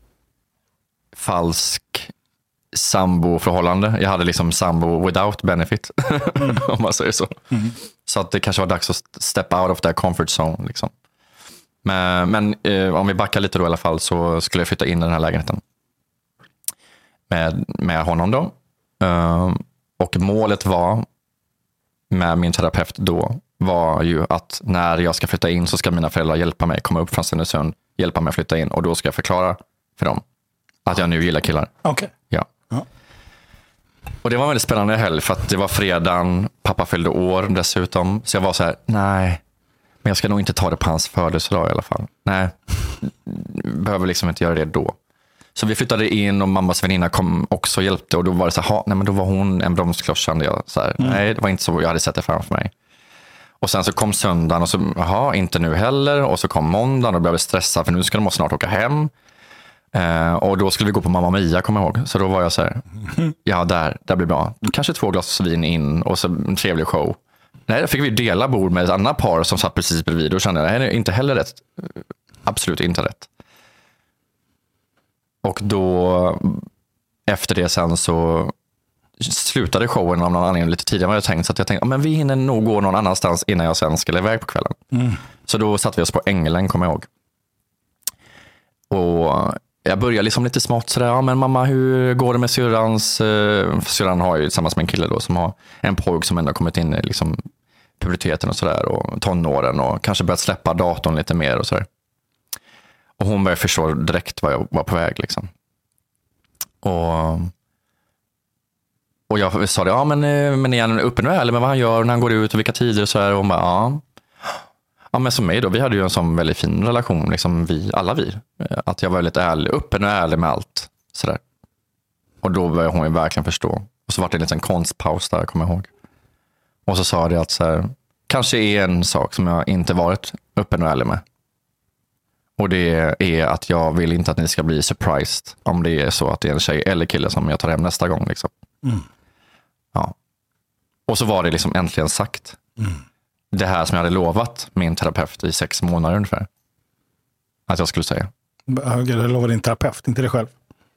[SPEAKER 1] falsk sambo-förhållande. Jag hade liksom sambo without benefit, mm. om man säger så. Mm. Så att det kanske var dags att step out of that comfort zone. Liksom. Men, men eh, om vi backar lite då i alla fall så skulle jag flytta in i den här lägenheten med, med honom då. Uh, och målet var med min terapeut då var ju att när jag ska flytta in så ska mina föräldrar hjälpa mig komma upp från Stenungsund, hjälpa mig att flytta in och då ska jag förklara för dem att jag nu gillar killar.
[SPEAKER 2] Okej.
[SPEAKER 1] Ja. Ja. Och det var en väldigt spännande helg för att det var fredagen, pappa fyllde år dessutom. Så jag var så här, nej, men jag ska nog inte ta det på hans födelsedag i alla fall. Nej, behöver liksom inte göra det då. Så vi flyttade in och mammas väninna kom också och hjälpte och då var det så här, nej men då var hon en bromskloss kände jag. Så här, mm. Nej, det var inte så jag hade sett det framför mig. Och sen så kom söndagen och så, jaha, inte nu heller. Och så kom måndagen och blev jag stressad för nu ska de snart åka hem. Uh, och då skulle vi gå på Mamma Mia, kommer jag ihåg. Så då var jag så här, mm. ja där, där blir bra. Kanske två glas vin in och så en trevlig show. Nej, då fick vi dela bord med ett annat par som satt precis bredvid och kände, nej, det är inte heller rätt. Absolut inte rätt. Och då, efter det sen så slutade showen av någon anledning lite tidigare än vad jag tänkt. Så att jag tänkte, men vi hinner nog gå någon annanstans innan jag sen skulle iväg på kvällen. Mm. Så då satt vi oss på Ängelen, kommer jag ihåg. Och jag började liksom lite smått sådär, ja men mamma, hur går det med syrrans? Uh, syrran har ju tillsammans med en kille då som har en pojk som ändå kommit in i liksom puberteten och sådär och tonåren och kanske börjat släppa datorn lite mer och sådär. Och hon började förstå direkt vad jag var på väg liksom. Och, och jag sa det, ja men, men är han uppe nu eller med vad han gör när han går ut och vilka tider och sådär. Och hon bara, ja. Ja men som mig då, vi hade ju en sån väldigt fin relation, liksom vi, alla vi. Att jag var väldigt ärlig, öppen och ärlig med allt. Sådär. Och då började hon ju verkligen förstå. Och så var det en liten konstpaus där, kommer jag ihåg. Och så sa det att så här, kanske är en sak som jag inte varit öppen och ärlig med. Och det är att jag vill inte att ni ska bli surprised om det är så att det är en tjej eller kille som jag tar hem nästa gång. Liksom. Mm. Ja. Och så var det liksom äntligen sagt. Mm. Det här som jag hade lovat min terapeut i sex månader ungefär. Att jag skulle säga.
[SPEAKER 2] Jag lovade din terapeut, inte dig själv.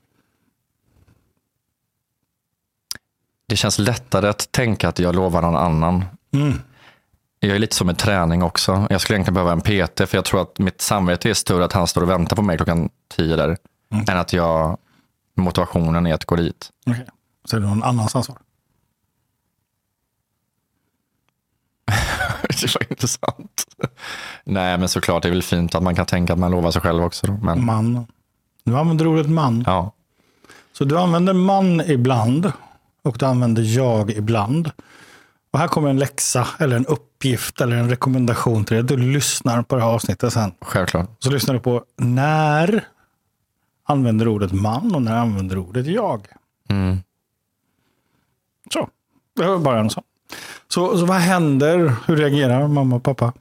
[SPEAKER 1] Det känns lättare att tänka att jag lovar någon annan. Mm. Jag är lite som en träning också. Jag skulle egentligen behöva en P T för jag tror att mitt samvete är större att han står och väntar på mig klockan tio där. Mm. Än att jag, motivationen är att gå dit.
[SPEAKER 2] Okej. Okay. Så är det någon annans ansvar?
[SPEAKER 1] Det var intressant. Nej, men såklart det är väl fint att man kan tänka att man lovar sig själv också. Då. Men...
[SPEAKER 2] Man. Du använder ordet man.
[SPEAKER 1] Ja.
[SPEAKER 2] Så du använder man ibland och du använder jag ibland. Och här kommer en läxa eller en uppgift eller en rekommendation till dig. Du lyssnar på det här avsnittet sen.
[SPEAKER 1] Självklart.
[SPEAKER 2] Så lyssnar du på när använder ordet man och när använder ordet jag. Mm. Så, det var bara en sån. Så, så vad händer? Hur reagerar mamma och pappa?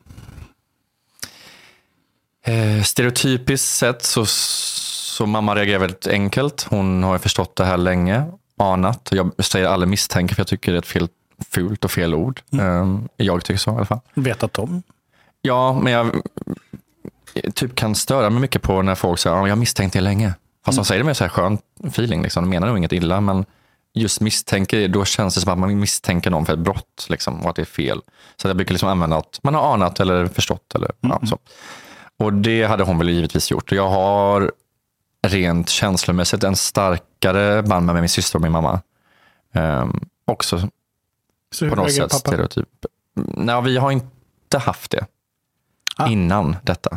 [SPEAKER 1] Eh, stereotypiskt sett så, så mamma reagerar väldigt enkelt. Hon har ju förstått det här länge, anat. Jag säger aldrig misstänker för jag tycker det är ett fel, fult och fel ord. Mm. Eh, jag tycker så i alla fall.
[SPEAKER 2] Vetat om?
[SPEAKER 1] Ja, men jag typ kan störa mig mycket på när folk säger att jag misstänkte det länge. Fast mm. de säger det med så här skön feeling. Liksom. De menar nog inget illa, men just misstänker, då känns det som att man misstänker någon för ett brott liksom, och att det är fel. Så jag brukar liksom använda att man har anat eller förstått. Eller, mm. ja, så. Och det hade hon väl givetvis gjort. Jag har rent känslomässigt en starkare band med min syster och min mamma. Um, också
[SPEAKER 2] så
[SPEAKER 1] på något sätt pappa? Stereotyp. Nej, vi har inte haft det ah. innan detta.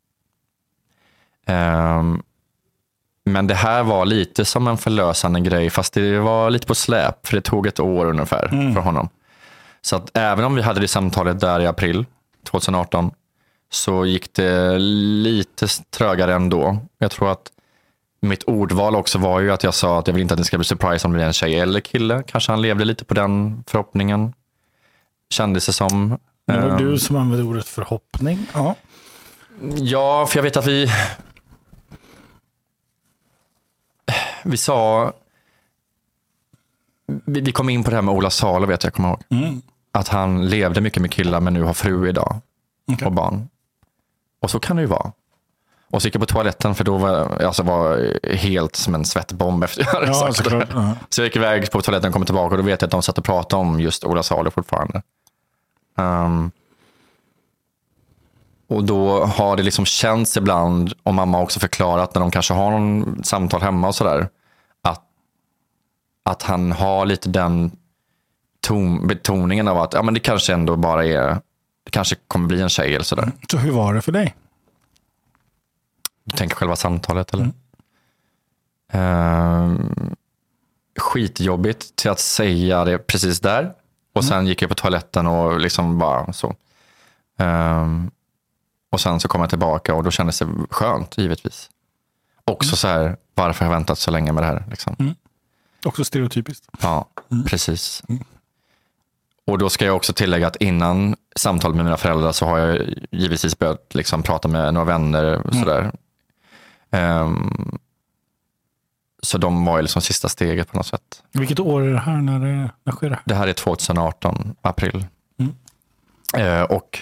[SPEAKER 1] Um, men det här var lite som en förlösande grej, fast det var lite på släp, för det tog ett år ungefär mm. för honom. Så att även om vi hade det samtalet där i april tjugo arton, så gick det lite trögare ändå. Jag tror att mitt ordval också var ju att jag sa att jag vill inte att det ska bli surprise om det blir en tjej eller kille. Kanske han levde lite på den förhoppningen. Kändes det som.
[SPEAKER 2] Det var du som använde ordet förhoppning. Ja,
[SPEAKER 1] ja, för jag vet att vi vi sa vi, vi kom in på det här med Ola Salo, vet jag, kommer ihåg. Mm. Att han levde mycket med killar men nu har fru idag. Okay. Och barn. Och så kan det ju vara. Och så gick jag på toaletten, för då var jag alltså var helt som en svettbomb efter jag hade
[SPEAKER 2] ja,
[SPEAKER 1] sagt det. Uh-huh. Så jag gick iväg på toaletten och kom tillbaka, och då vet jag att de satt och pratade om just Ola Salo fortfarande. Um, och då har det liksom känts ibland, och mamma också förklarat när de kanske har någon samtal hemma och sådär, att, att han har lite den ton, betoningen av att ja, men det kanske ändå bara är, det kanske kommer bli en tjej eller sådär. Mm.
[SPEAKER 2] Så hur var det för dig?
[SPEAKER 1] Du tänker själva samtalet, eller? Mm. Uh, skitjobbigt till att säga det precis där. Och mm. sen gick jag på toaletten och liksom bara så. Uh, och sen så kom jag tillbaka, och då kändes det skönt, givetvis. Också mm. så här, varför har jag väntat så länge med det här? Liksom. Mm.
[SPEAKER 2] Också stereotypiskt.
[SPEAKER 1] Ja, mm. precis. Mm. Och då ska jag också tillägga att innan samtalet med mina föräldrar så har jag givetvis börjat liksom prata med några vänner och sådär. Mm. Um, så de var ju liksom sista steget på något sätt.
[SPEAKER 2] Vilket år är det här när det, när sker det?
[SPEAKER 1] Det här är tjugo arton, april. Mm. Uh, och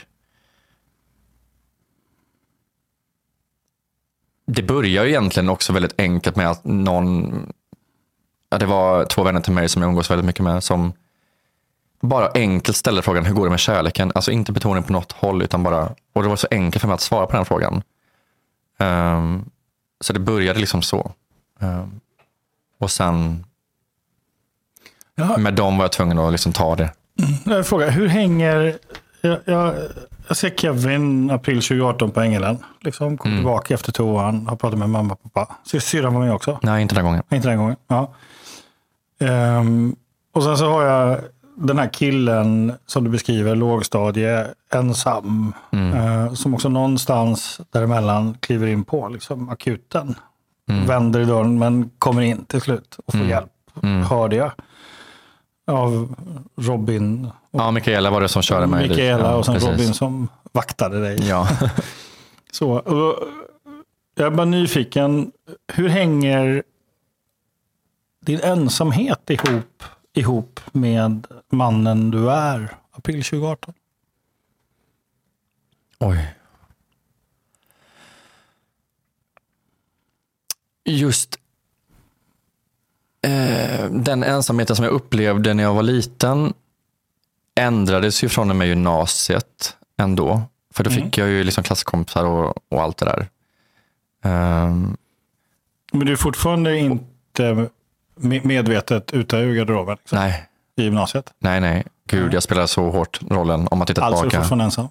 [SPEAKER 1] det börjar ju egentligen också väldigt enkelt med att någon, ja, det var två vänner till mig som jag umgås väldigt mycket med, som bara enkelt ställde frågan, hur går det med kärleken? Alltså inte betoning på något håll, utan bara, och det var så enkelt för mig att svara på den frågan. Um, så det började liksom så. Um, och sen Jaha. med dem var jag tvungen att liksom ta det.
[SPEAKER 2] Mm. Jag frågar, hur hänger, jag, jag, jag ser Kevin april tjugo arton på England, liksom kom mm. tillbaka efter toan, har pratat med mamma och pappa. Så syrran var med också?
[SPEAKER 1] Nej, inte den gången.
[SPEAKER 2] Inte den gången, ja. Um, och sen så har jag den här killen som du beskriver, lågstadie, ensam, mm. eh, som också någonstans däremellan kliver in på liksom, akuten. Mm. Vänder i dörren men kommer in till slut och får mm. hjälp, mm. hörde jag. Av Robin. Och
[SPEAKER 1] ja, Mikaela var det som körde mig.
[SPEAKER 2] Mikaela
[SPEAKER 1] ja,
[SPEAKER 2] och sen
[SPEAKER 1] precis.
[SPEAKER 2] Robin som vaktade dig.
[SPEAKER 1] Ja.
[SPEAKER 2] Så, och jag är bara nyfiken, hur hänger din ensamhet ihop ihop med mannen du är april tjugo arton?
[SPEAKER 1] Oj. Just eh, den ensamheten som jag upplevde när jag var liten ändrades ju från och med gymnasiet ändå. För då mm. fick jag ju liksom klasskompisar och, och allt det där. Um,
[SPEAKER 2] Men du är fortfarande inte medvetet ute ur garderoben? Liksom,
[SPEAKER 1] nej.
[SPEAKER 2] I gymnasiet?
[SPEAKER 1] Nej, nej. Gud, nej. Jag spelar så hårt rollen om man tittar
[SPEAKER 2] alltså
[SPEAKER 1] tillbaka.
[SPEAKER 2] Alltså är du fortfarande ensam?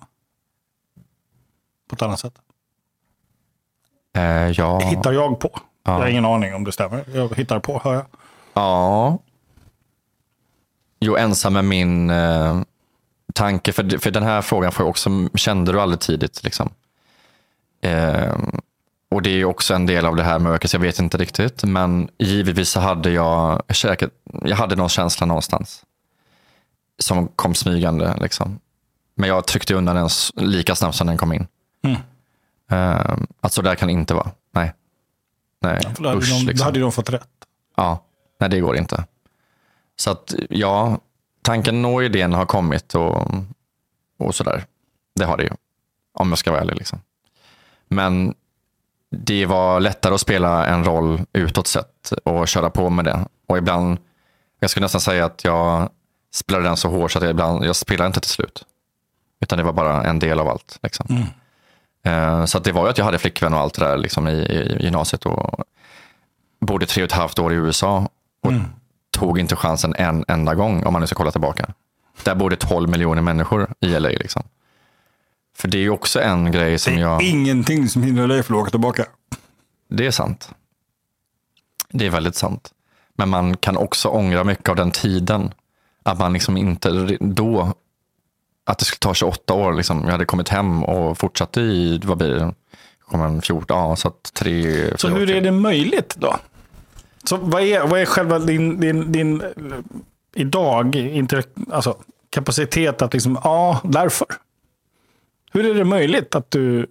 [SPEAKER 2] På ett annat sätt?
[SPEAKER 1] Eh, ja.
[SPEAKER 2] Hittar jag på?
[SPEAKER 1] Ja.
[SPEAKER 2] Jag har ingen aning om det stämmer. Jag hittar på, hör jag.
[SPEAKER 1] Ja. Jo, ensam är min eh, tanke. För, för den här frågan får jag också, kände du aldrig tidigt liksom. Eh, och det är ju också en del av det här mörkret, jag vet inte riktigt. Men givetvis så hade jag säkert, jag hade någon känsla någonstans. Som kom smygande liksom. Men jag tryckte undan den lika snabbt som den kom in. Mm. Uh, att så där kan inte vara. Nej. Nej.
[SPEAKER 2] Ja, för då, hade Usch, de, liksom. då hade de fått rätt.
[SPEAKER 1] Ja, nej det går inte. Så att ja, tanken och idén har kommit och, och sådär. Det har det ju. Om jag ska vara ärlig liksom. Men det var lättare att spela en roll utåt sett och köra på med det. Och ibland Jag skulle nästan säga att jag spelade den så hårt så att jag ibland, jag spelade inte till slut. Utan det var bara en del av allt. Liksom. Mm. Uh, så att det var ju att jag hade flickvän och allt det där liksom, i, i gymnasiet. Och bodde tre och ett halvt år i U S A. Och mm. tog inte chansen en enda gång om man nu ska kolla tillbaka. Där bodde tolv miljoner människor i L A. Liksom. För det är ju också en grej som jag...
[SPEAKER 2] Det är jag... ingenting som hindrar dig för att åka tillbaka.
[SPEAKER 1] Det är sant. Det är väldigt sant. Men man kan också ångra mycket av den tiden. Att man liksom inte då... Att det skulle ta tjugoåtta år. Liksom. Jag hade kommit hem och fortsatte i... Vad blir det? Kom en fjorton, ja, så att tre...
[SPEAKER 2] Så hur är det möjligt då? Så vad är, vad är själva din, din, din idag inte, alltså, kapacitet att liksom, ja, därför? Hur är det möjligt att du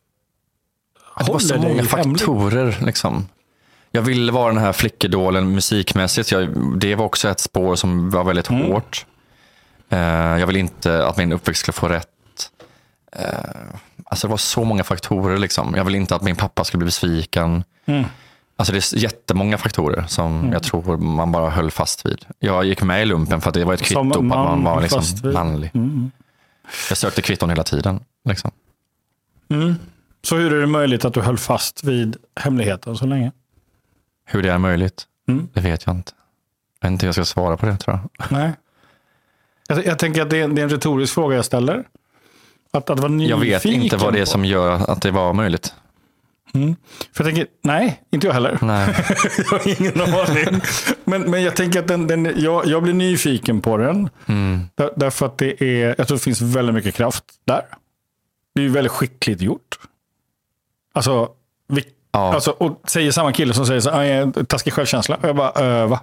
[SPEAKER 1] det var så många faktorer liksom. Jag ville vara den här flickidolen musikmässigt. Jag, det var också ett spår som var väldigt mm. hårt. Uh, jag ville inte att min uppväxt skulle få rätt. Uh, alltså det var så många faktorer liksom. Jag ville inte att min pappa skulle bli besviken. Mm. Alltså det är jättemånga faktorer som mm. jag tror man bara höll fast vid. Jag gick med i lumpen för att det var ett kvitto på att man var liksom manlig. Mm. Jag sökte kvitton hela tiden. Liksom.
[SPEAKER 2] Mm. Så hur är det möjligt att du höll fast vid hemligheten så länge?
[SPEAKER 1] Hur det är möjligt? Mm. Det vet jag inte. Jag vet inte hur jag ska svara på det, tror jag. Nej.
[SPEAKER 2] Jag, jag tänker att det är, det är en retorisk fråga jag ställer. Att, att vara nyfiken.
[SPEAKER 1] Jag vet inte vad det är som gör att det var möjligt.
[SPEAKER 2] Mm. För jag tänker, nej, inte jag heller.
[SPEAKER 1] Nej.
[SPEAKER 2] Jag har ingen aning. Men, men jag tänker att den, den, jag, jag blir nyfiken på den. Mm. Där, därför att det är, jag tror det finns väldigt mycket kraft där. Det är ju väldigt skickligt gjort. Alltså, vi, ja. alltså och säger samma kille som säger så här, taskig självkänsla. Och jag bara, äh, va?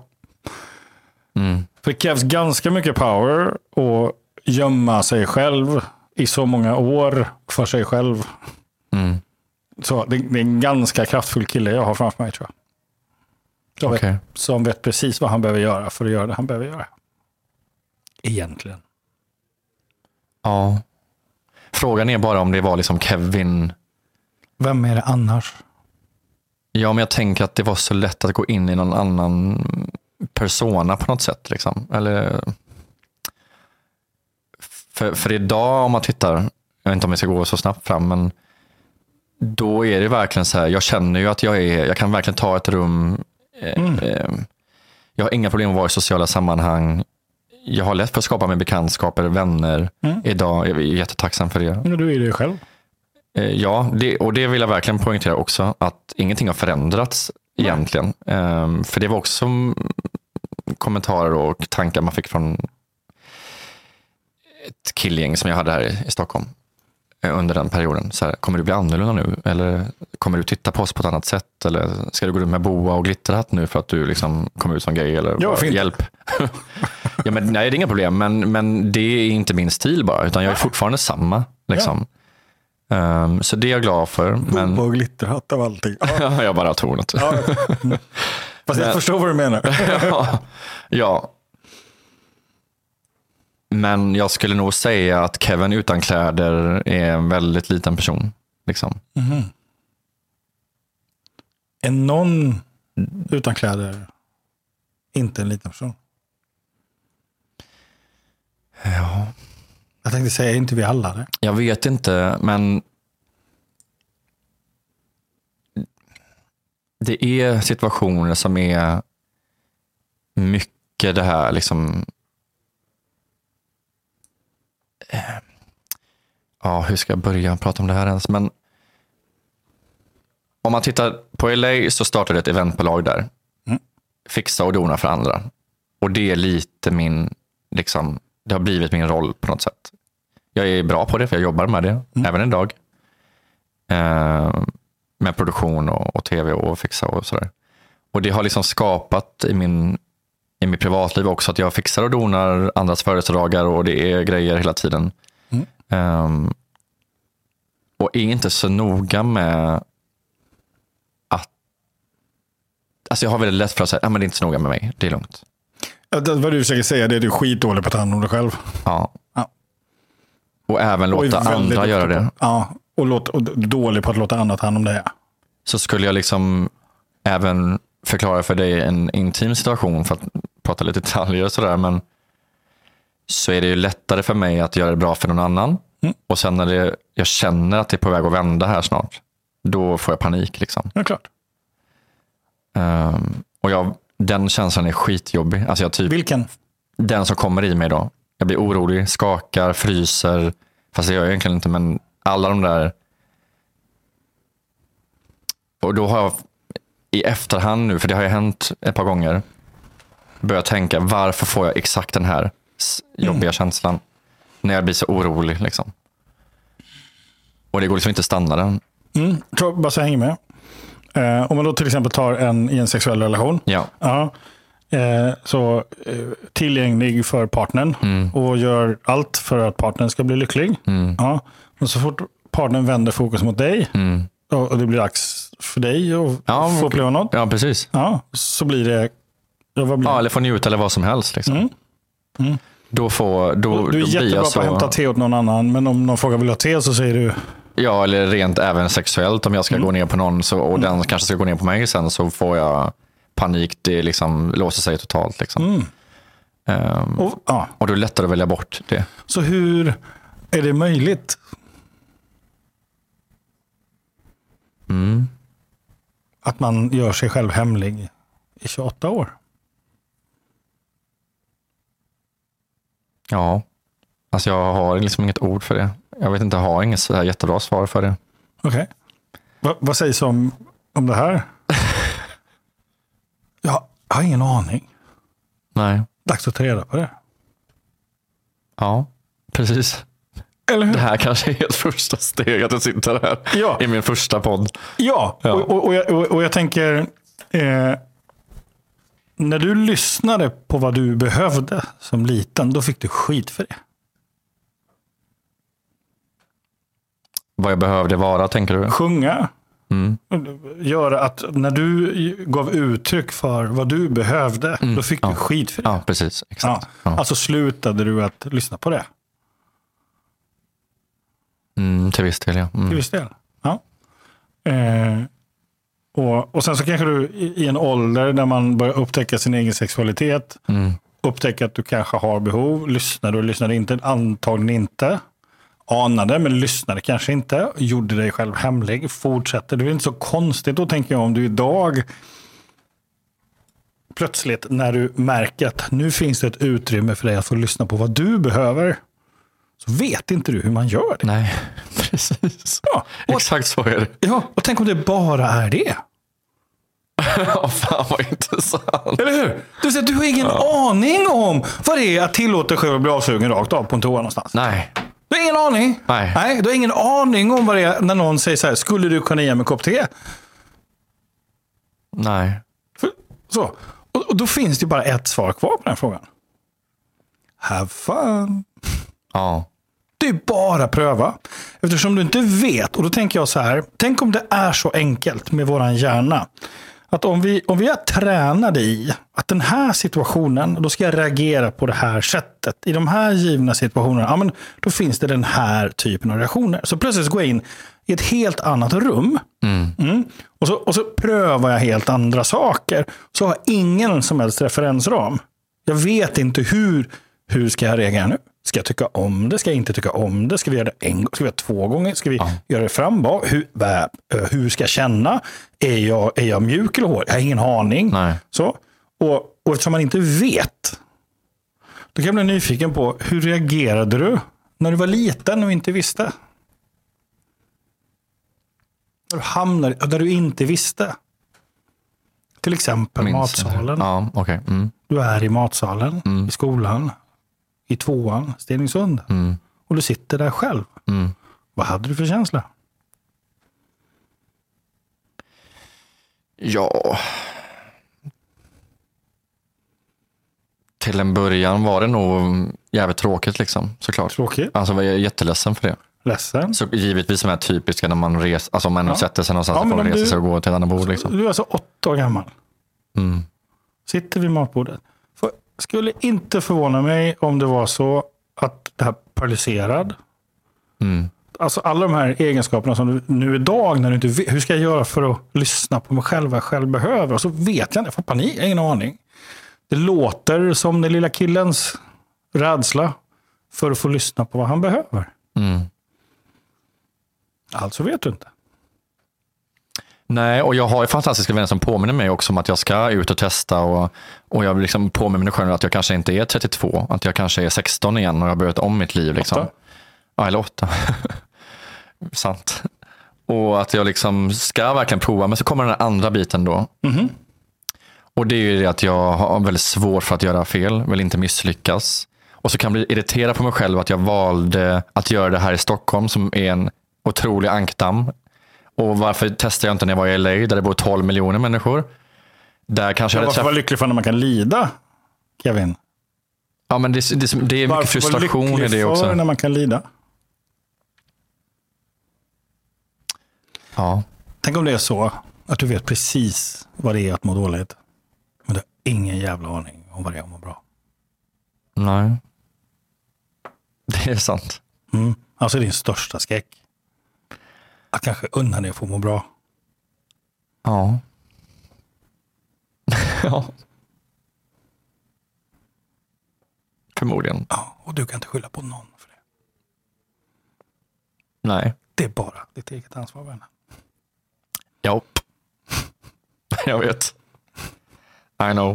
[SPEAKER 2] Mm. För det krävs ganska mycket power att gömma sig själv i så många år för sig själv. Mm. Så det, det är en ganska kraftfull kille jag har framför mig, tror jag. Som, okay. vet, som vet precis vad han behöver göra för att göra det han behöver göra. Egentligen.
[SPEAKER 1] Ja. Frågan är bara om det var liksom Kevin.
[SPEAKER 2] Vem är det annars?
[SPEAKER 1] Ja, men jag tänker att det var så lätt att gå in i någon annan persona på något sätt. Liksom. Eller... För, för idag om man tittar, jag vet inte om vi ska gå så snabbt fram, men då är det verkligen så här, jag känner ju att jag är, jag kan verkligen ta ett rum. Mm. Eh, jag har inga problem att vara i sociala sammanhang. Jag har lätt för att skapa mig bekantskaper, vänner. Mm. Idag är jag jättetacksam för det.
[SPEAKER 2] Men du är det själv.
[SPEAKER 1] Eh, ja, det, och det vill jag verkligen poängtera också, att ingenting har förändrats mm. egentligen. Eh, för det var också kommentarer och tankar man fick från ett killgäng som jag hade här i, i Stockholm under den perioden. Så här, kommer du bli annorlunda nu? Eller kommer du titta på oss på ett annat sätt? Eller ska du gå runt med boa och glitterhatt nu för att du liksom kommer ut som gay? Eller
[SPEAKER 2] ja,
[SPEAKER 1] bara, hjälp. Ja, men, nej, det är inga problem. Men, men det är inte min stil bara. Utan jag är fortfarande samma. Liksom. Ja. Um, så det är jag glad för. Men...
[SPEAKER 2] Boa och glitterhatt av allting.
[SPEAKER 1] Ja, jag bara tror något.
[SPEAKER 2] Ja. Fast jag förstår vad du menar.
[SPEAKER 1] ja. ja. Men jag skulle nog säga att Kevin utan kläder är en väldigt liten person. Liksom. Mm-hmm.
[SPEAKER 2] Är någon utan kläder inte en liten person?
[SPEAKER 1] Ja.
[SPEAKER 2] Jag tänkte säga, inte vi alla det?
[SPEAKER 1] Jag vet inte, men det är situationer som är mycket det här liksom. Ja, hur ska jag börja prata om det här ens? Men om man tittar på L A så startade ett eventbolag där. Mm. Fixa och dona för andra. Och det är lite min, liksom, det har blivit min roll på något sätt. Jag är bra på det för jag jobbar med det, mm. även idag. Eh, med produktion och, och tv och fixa och sådär. Och det har liksom skapat i min i mitt privatliv också att jag fixar och donar andras födelsedagar och det är grejer hela tiden. Mm. Um, och är inte så noga med att alltså jag har väldigt lätt för att säga, ja men det är inte så noga med mig, det är lugnt.
[SPEAKER 2] Ja, det, vad du försöker säga, det är du skitdålig på att ta hand om dig själv.
[SPEAKER 1] Ja. ja. Och även låta och andra göra det.
[SPEAKER 2] Ja, och, låt, och dålig på att låta andra ta hand om det.
[SPEAKER 1] Så skulle jag liksom även förklara för dig en intim situation för att prata lite detaljer och sådär, men så är det ju lättare för mig att göra det bra för någon annan. Mm. Och sen när det, jag känner att det är på väg att vända här snart, då får jag panik liksom.
[SPEAKER 2] Ja, klart.
[SPEAKER 1] Um, och jag, den känslan är skitjobbig. Alltså jag typ,
[SPEAKER 2] Vilken?
[SPEAKER 1] Den som kommer i mig då. Jag blir orolig, skakar, fryser. Fast det gör jag egentligen inte, men alla de där. Och då har jag i efterhand nu, för det har ju hänt ett par gånger, börjat tänka, varför får jag exakt den här jobbiga mm. känslan när jag blir så orolig liksom. Och det går liksom inte att stanna den.
[SPEAKER 2] Mm. Så bara så jag hänger med. Eh, om man då till exempel tar en i en sexuell relation.
[SPEAKER 1] Ja.
[SPEAKER 2] Ja, eh, så eh, tillgänglig för partnern mm. och gör allt för att partnern ska bli lycklig. Mm. Ja. Men så fort partnern vänder fokus mot dig mm. och, och det blir dags för dig att ja, få uppleva något.
[SPEAKER 1] Ja, precis.
[SPEAKER 2] Ja, så blir det... Ja, vad blir det?
[SPEAKER 1] Ja, eller få njuta eller vad som helst liksom. Mm. Mm. Då får, då,
[SPEAKER 2] du är
[SPEAKER 1] då
[SPEAKER 2] jättebra
[SPEAKER 1] så...
[SPEAKER 2] på att hämta te åt någon annan, men om någon frågar vill ha te så säger du...
[SPEAKER 1] Ja, eller rent även sexuellt. Om jag ska mm. gå ner på någon så, och mm. den kanske ska gå ner på mig sen, så får jag panik. Det liksom låser sig totalt. Liksom. Mm. Um, och, ja. och då är det lättare att välja bort det.
[SPEAKER 2] Så hur är det möjligt?
[SPEAKER 1] Mm.
[SPEAKER 2] Att man gör sig själv hemlig i tjugoåtta år?
[SPEAKER 1] Ja, alltså jag har liksom inget ord för det. Jag vet inte, jag har inget så här jättebra svar för det.
[SPEAKER 2] Okej. Okay. Va, vad sägs om, om det här? Jag har ingen aning.
[SPEAKER 1] Nej.
[SPEAKER 2] Dags att ta reda på det.
[SPEAKER 1] Ja, precis.
[SPEAKER 2] Eller hur?
[SPEAKER 1] Det här kanske är ett första steg att jag sitter här ja. i min första podd.
[SPEAKER 2] Ja, ja. Och, och, och, jag, och, och jag tänker... Eh, när du lyssnade på vad du behövde som liten, då fick du skit för det.
[SPEAKER 1] Vad jag behövde vara, tänker du?
[SPEAKER 2] Sjunga.
[SPEAKER 1] Mm.
[SPEAKER 2] Göra att när du gav uttryck för vad du behövde, mm. då fick ja. du skit för det.
[SPEAKER 1] Ja, precis. Exakt.
[SPEAKER 2] Ja.
[SPEAKER 1] Ja.
[SPEAKER 2] Alltså slutade du att lyssna på det?
[SPEAKER 1] Mm, till viss del, ja. Mm.
[SPEAKER 2] Till viss del, ja. Eh, och, och sen så kanske du i, i en ålder där man börjar upptäcka sin egen sexualitet, mm. upptäcka att du kanske har behov, lyssnade och lyssnade inte, antagligen inte. Anade, men lyssnade kanske inte. Gjorde dig själv hemlig. Fortsätter. Det är inte så konstigt då, tänker jag, om du idag plötsligt när du märker att nu finns det ett utrymme för dig att få lyssna på vad du behöver, så vet inte du hur man gör det.
[SPEAKER 1] Nej, precis. Ja, och, exakt så är det.
[SPEAKER 2] Ja, och tänk om det bara är det.
[SPEAKER 1] Ja, fan vad intressant.
[SPEAKER 2] Eller hur? Du, säger, du har ingen ja. aning om vad det är att tillåta själv att bli avsugen rakt av på en toa någonstans.
[SPEAKER 1] Nej.
[SPEAKER 2] Du har ingen aning.
[SPEAKER 1] Nej.
[SPEAKER 2] Nej, du har ingen aning om vad det är när någon säger så här, skulle du kunna ge mig en kopp te?
[SPEAKER 1] Nej.
[SPEAKER 2] För, så. Och, och då finns det bara ett svar kvar på den frågan. Have fun.
[SPEAKER 1] Ja.
[SPEAKER 2] Det är bara pröva. Eftersom du inte vet, och då tänker jag så här, tänk om det är så enkelt med våran hjärna. Att om vi, om vi är tränade i att den här situationen, då ska jag reagera på det här sättet. I de här givna situationerna, ja, men då finns det den här typen av reaktioner. Så plötsligt går jag in i ett helt annat rum. Mm. Mm, och, så, och så prövar jag helt andra saker. Så har jag ingen som helst referensram. Jag vet inte hur, hur ska jag reagera nu. Ska jag tycka om det? Ska jag inte tycka om det? Ska vi göra det en gång? Ska vi göra det två gånger? Ska vi ja. göra det frambak? Hur, hur ska jag känna? Är jag, är jag mjuk eller hård? Jag har ingen aning.
[SPEAKER 1] Nej.
[SPEAKER 2] Så. Och, och eftersom man inte vet, då kan jag bli nyfiken på, hur reagerade du när du var liten och inte visste? När du hamnade där du inte visste. Till exempel Minns matsalen.
[SPEAKER 1] Ja, okay. mm.
[SPEAKER 2] Du är i matsalen, mm. i skolan, i tvåan, Stenungsund. Mm. Och du sitter där själv. Mm. Vad hade du för känsla?
[SPEAKER 1] Ja. Till en början var det nog jävligt tråkigt liksom, såklart.
[SPEAKER 2] Tråkigt?
[SPEAKER 1] Alltså jag är jätteledsen för det.
[SPEAKER 2] Ledsen?
[SPEAKER 1] Så givetvis som är typiska när man reser, alltså om man ja. sätter sig någonstans ja, och reser sig och går till ett annat bord liksom.
[SPEAKER 2] Du är alltså åtta år gammal.
[SPEAKER 1] Mm.
[SPEAKER 2] Sitter vid matbordet. För, skulle inte förvåna mig om det var så att det här paralyserad. Mm. Alltså alla de här egenskaperna som du nu idag, när du inte vet, hur ska jag göra för att lyssna på mig själv, vad jag själv behöver? Och så vet jag inte, jag får panik, jag har ingen aning. Det låter som den lilla killens rädsla för att få lyssna på vad han behöver.
[SPEAKER 1] Mm.
[SPEAKER 2] Alltså vet du inte.
[SPEAKER 1] Nej, och jag har ju fantastiska vänner som påminner mig också om att jag ska ut och testa och, och jag liksom påminner mig själv att jag kanske inte är trettiotvå, att jag kanske är sexton igen och jag har börjat om mitt liv. Liksom.
[SPEAKER 2] Åtta.
[SPEAKER 1] Ja, eller åtta. Sant. Och att jag liksom ska verkligen prova, men så kommer den andra biten då.
[SPEAKER 2] Mm-hmm.
[SPEAKER 1] Och det är ju det att jag har väldigt svårt för att göra fel, vill inte misslyckas. Och så kan jag bli irriterad på mig själv att jag valde att göra det här i Stockholm som är en otrolig ankdamm. Och varför testade jag inte när jag var i L A där det bor tolv miljoner människor? Där kanske jag
[SPEAKER 2] varför
[SPEAKER 1] träff...
[SPEAKER 2] vara lycklig för när man kan lida, Kevin?
[SPEAKER 1] Ja, men det, det, det är mycket frustration i det också.
[SPEAKER 2] Varför när man kan lida?
[SPEAKER 1] Ja.
[SPEAKER 2] Tänk om det är så att du vet precis vad det är att må dåligt. Men du har ingen jävla aning om vad det är att må bra.
[SPEAKER 1] Nej. Det är sant.
[SPEAKER 2] Mm. Alltså din största skräck. Att kanske unna dig att få må bra.
[SPEAKER 1] Ja. Ja. Förmodligen.
[SPEAKER 2] Ja, och du kan inte skylla på någon för det.
[SPEAKER 1] Nej.
[SPEAKER 2] Det är bara ditt eget ansvar, vänner.
[SPEAKER 1] Japp. Jag vet. I know.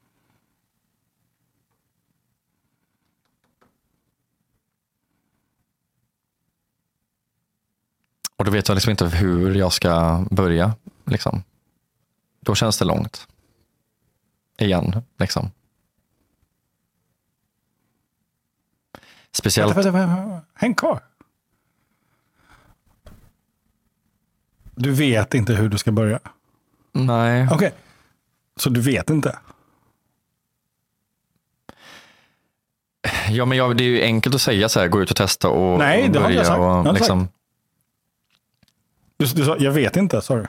[SPEAKER 1] Och då vet jag liksom inte hur jag ska börja. Liksom. Då känns det långt. Igen. Liksom. Speciellt...
[SPEAKER 2] Vänta, vänta, vänta. Häng kvar. Du vet inte hur du ska börja?
[SPEAKER 1] Nej.
[SPEAKER 2] Okej. Okay. Så du vet inte?
[SPEAKER 1] Ja, men jag, det är ju enkelt att säga så här, gå ut och testa och
[SPEAKER 2] Nej, det
[SPEAKER 1] börja.
[SPEAKER 2] har jag sagt.
[SPEAKER 1] Och,
[SPEAKER 2] jag har
[SPEAKER 1] liksom...
[SPEAKER 2] sagt. Du, du sa, jag vet inte, sa du.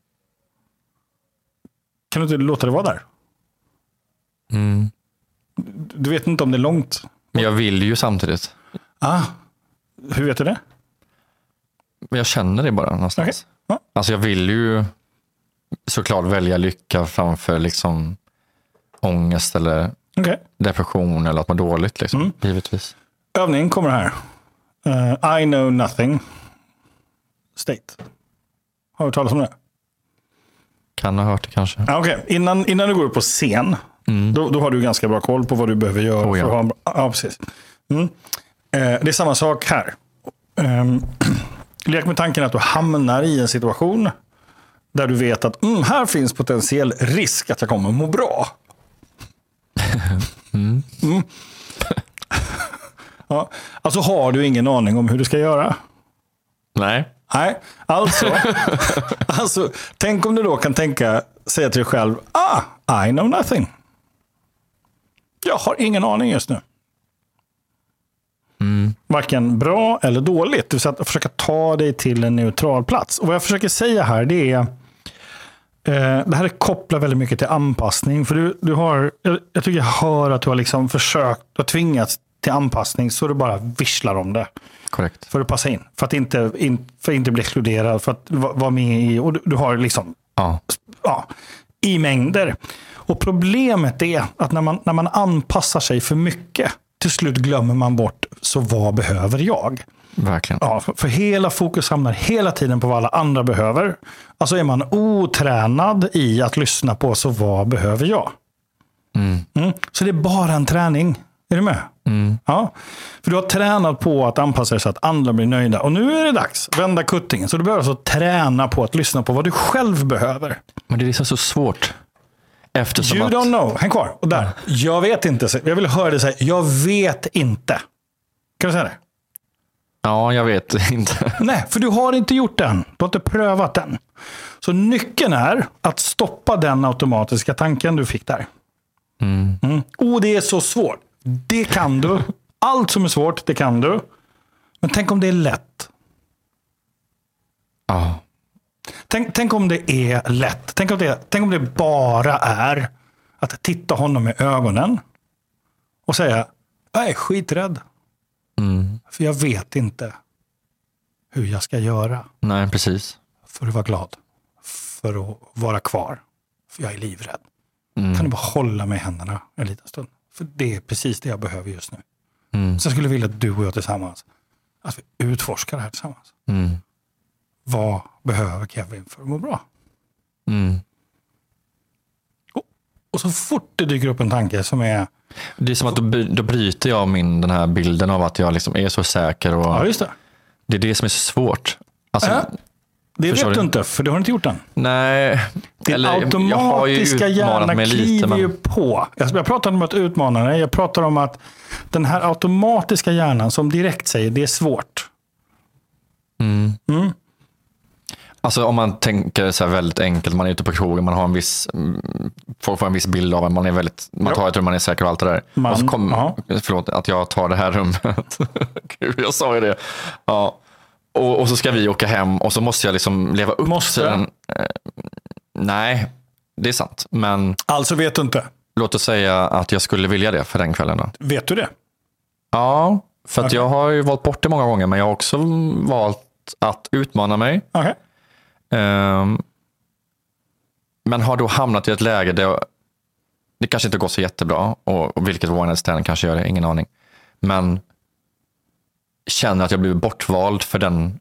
[SPEAKER 2] Kan du inte låta det vara där?
[SPEAKER 1] Mm.
[SPEAKER 2] Du, du vet inte om det är långt.
[SPEAKER 1] Men jag vill ju samtidigt.
[SPEAKER 2] Ah, hur vet du det?
[SPEAKER 1] Men jag känner det bara någonstans.
[SPEAKER 2] Okay. Ja.
[SPEAKER 1] Alltså jag vill ju såklart välja lycka framför liksom ångest eller
[SPEAKER 2] okay.
[SPEAKER 1] depression eller att må dåligt. Liksom, mm. Givetvis.
[SPEAKER 2] Övning kommer här. Uh, I know nothing. State. Har du talat om det?
[SPEAKER 1] Kan ha hört det kanske.
[SPEAKER 2] Ah, Okej, okay. innan, innan du går upp på scen, mm. då, då har du ganska bra koll på vad du behöver göra.
[SPEAKER 1] Oh, ja.
[SPEAKER 2] För att ha en bra... Ja, precis. Mm. Uh, det är samma sak här. Um, lek med tanken att du hamnar i en situation där du vet att mm, här finns potentiell risk att jag kommer må bra. mm. Mm. Ja, alltså har du ingen aning om hur du ska göra?
[SPEAKER 1] Nej.
[SPEAKER 2] Nej, alltså, alltså tänk om du då kan tänka, säga till dig själv, ah, I know nothing. Jag har ingen aning just nu.
[SPEAKER 1] Mm.
[SPEAKER 2] Varken bra eller dåligt. Du att försöka ta dig till en neutral plats. Och vad jag försöker säga här, det är eh, det här är kopplat väldigt mycket till anpassning. För du, du har, jag, jag tycker jag hör att du har liksom försökt, du har tvingats till anpassning så du bara visslar om det.
[SPEAKER 1] Korrekt.
[SPEAKER 2] För att passa in. För att inte, in, för att inte bli exkluderad. För att vara med i, och du, du har liksom
[SPEAKER 1] ja.
[SPEAKER 2] Ja, i mängder. Och problemet är att när man, när man anpassar sig för mycket, till slut glömmer man bort, så vad behöver jag?
[SPEAKER 1] Verkligen.
[SPEAKER 2] Ja, för, för hela fokus hamnar hela tiden på vad alla andra behöver. Alltså är man otränad i att lyssna på, så vad behöver jag?
[SPEAKER 1] Mm.
[SPEAKER 2] Mm. Så det är bara en träning. Är du med?
[SPEAKER 1] Mm.
[SPEAKER 2] Ja. För du har tränat på att anpassa dig så att andra blir nöjda. Och nu är det dags. Vända kuttingen. Så du behöver alltså träna på att lyssna på vad du själv behöver.
[SPEAKER 1] Men det är liksom så svårt. Eftersom
[SPEAKER 2] you
[SPEAKER 1] att...
[SPEAKER 2] don't know. Häng kvar. Och där. Jag vet inte. Jag vill höra dig säga, jag vet inte. Kan du säga det?
[SPEAKER 1] Ja, jag vet inte.
[SPEAKER 2] Nej, för du har inte gjort den. Du har inte prövat den. Så nyckeln är att stoppa den automatiska tanken du fick där.
[SPEAKER 1] Mm.
[SPEAKER 2] Mm. Oh, det är så svårt. Det kan du. Allt som är svårt, det kan du. Men tänk om det är lätt.
[SPEAKER 1] Ja. Oh.
[SPEAKER 2] Tänk, tänk om det är lätt. Tänk om det, tänk om det bara är att titta honom i ögonen och säga, jag är skiträdd.
[SPEAKER 1] Mm.
[SPEAKER 2] För jag vet inte hur jag ska göra.
[SPEAKER 1] Nej, precis.
[SPEAKER 2] För att vara glad. För att vara kvar. För jag är livrädd.
[SPEAKER 1] Mm.
[SPEAKER 2] Kan du bara hålla mig i händerna en liten stund. För det är precis det jag behöver just nu.
[SPEAKER 1] Mm.
[SPEAKER 2] Så jag skulle vilja att du och jag tillsammans, att vi utforskar det här tillsammans.
[SPEAKER 1] Mm.
[SPEAKER 2] Vad behöver Kevin för att må bra?
[SPEAKER 1] Mm.
[SPEAKER 2] Och, och så fort det dyker upp en tanke som är...
[SPEAKER 1] Det är som att då, då bryter jag min, den här bilden av att jag liksom är så säker. Och
[SPEAKER 2] Ja, just det.
[SPEAKER 1] Det är det som är så svårt. Alltså,
[SPEAKER 2] Äh, det vet
[SPEAKER 1] du?
[SPEAKER 2] du inte, för det har du inte gjort än.
[SPEAKER 1] Nej.
[SPEAKER 2] Din
[SPEAKER 1] eller,
[SPEAKER 2] automatiska hjärna
[SPEAKER 1] mig
[SPEAKER 2] kliver
[SPEAKER 1] lite, men...
[SPEAKER 2] ju på. Jag, jag pratar om att utmana dig. Jag pratar om att den här automatiska hjärnan som direkt säger det är svårt.
[SPEAKER 1] Mm.
[SPEAKER 2] Mm.
[SPEAKER 1] Alltså om man tänker så här väldigt enkelt, man är ute på krogen, man har en viss, folk får en viss bild av en, man är väldigt, man tar ett rum, man är säker och allt det där.
[SPEAKER 2] Man,
[SPEAKER 1] och så kom,
[SPEAKER 2] ja.
[SPEAKER 1] förlåt att jag tar det här rummet. Gud, jag sa ju det. Ja. Och, och så ska vi åka hem och så måste jag liksom leva upp
[SPEAKER 2] Måste?
[SPEAKER 1] till den. Eh, nej, det är sant. Men
[SPEAKER 2] Alltså vet du inte.
[SPEAKER 1] låt oss säga att jag skulle vilja det för den kvällen då.
[SPEAKER 2] Vet du det?
[SPEAKER 1] Ja, för att
[SPEAKER 2] Okej.
[SPEAKER 1] jag har ju valt bort det många gånger, men jag har också valt att utmana mig.
[SPEAKER 2] Okej.
[SPEAKER 1] Um, men har då hamnat i ett läge där det kanske inte går så jättebra, och, och vilket one night stand kanske gör det, ingen aning. Men känner att jag blivit bortvald för den,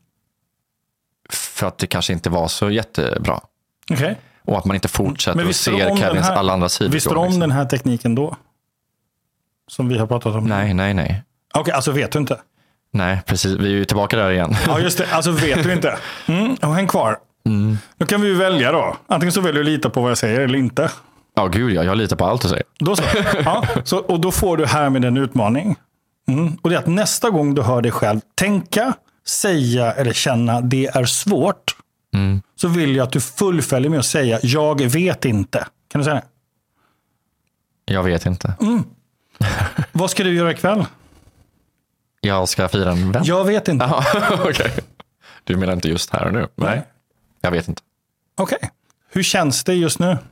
[SPEAKER 1] för att det kanske inte var så jättebra.
[SPEAKER 2] Okej.
[SPEAKER 1] Och att man inte fortsätter
[SPEAKER 2] Men
[SPEAKER 1] och
[SPEAKER 2] visste du
[SPEAKER 1] ser
[SPEAKER 2] om den
[SPEAKER 1] Kevins
[SPEAKER 2] här-
[SPEAKER 1] alla andra sidor.
[SPEAKER 2] Visste du
[SPEAKER 1] då,
[SPEAKER 2] om
[SPEAKER 1] liksom.
[SPEAKER 2] den här tekniken då? Som vi har pratat om.
[SPEAKER 1] Nej, nej, nej.
[SPEAKER 2] Okej, alltså vet du inte.
[SPEAKER 1] Nej, precis. Vi är ju tillbaka där igen.
[SPEAKER 2] Ja, just det. Alltså vet du inte. Mm, och häng kvar.
[SPEAKER 1] Mm.
[SPEAKER 2] Då kan vi ju välja då. Antingen så väljer du lita på vad jag säger eller inte.
[SPEAKER 1] Ja, gud, ja, jag litar på allt du säger.
[SPEAKER 2] Då så. Ja, så. Och då får du här med en utmaning. Mm. Och det är att nästa gång du hör dig själv tänka, säga eller känna det är svårt.
[SPEAKER 1] Mm.
[SPEAKER 2] Så vill jag att du fullföljer med att säga jag vet inte. Kan du säga det?
[SPEAKER 1] Jag vet inte.
[SPEAKER 2] Mm. Vad ska du göra ikväll?
[SPEAKER 1] Jag ska fira en vän.
[SPEAKER 2] Jag vet inte.
[SPEAKER 1] Jaha, okej. Du menar inte just här och nu?
[SPEAKER 2] Nej.
[SPEAKER 1] Jag vet inte.
[SPEAKER 2] Okej. Hur känns det just nu?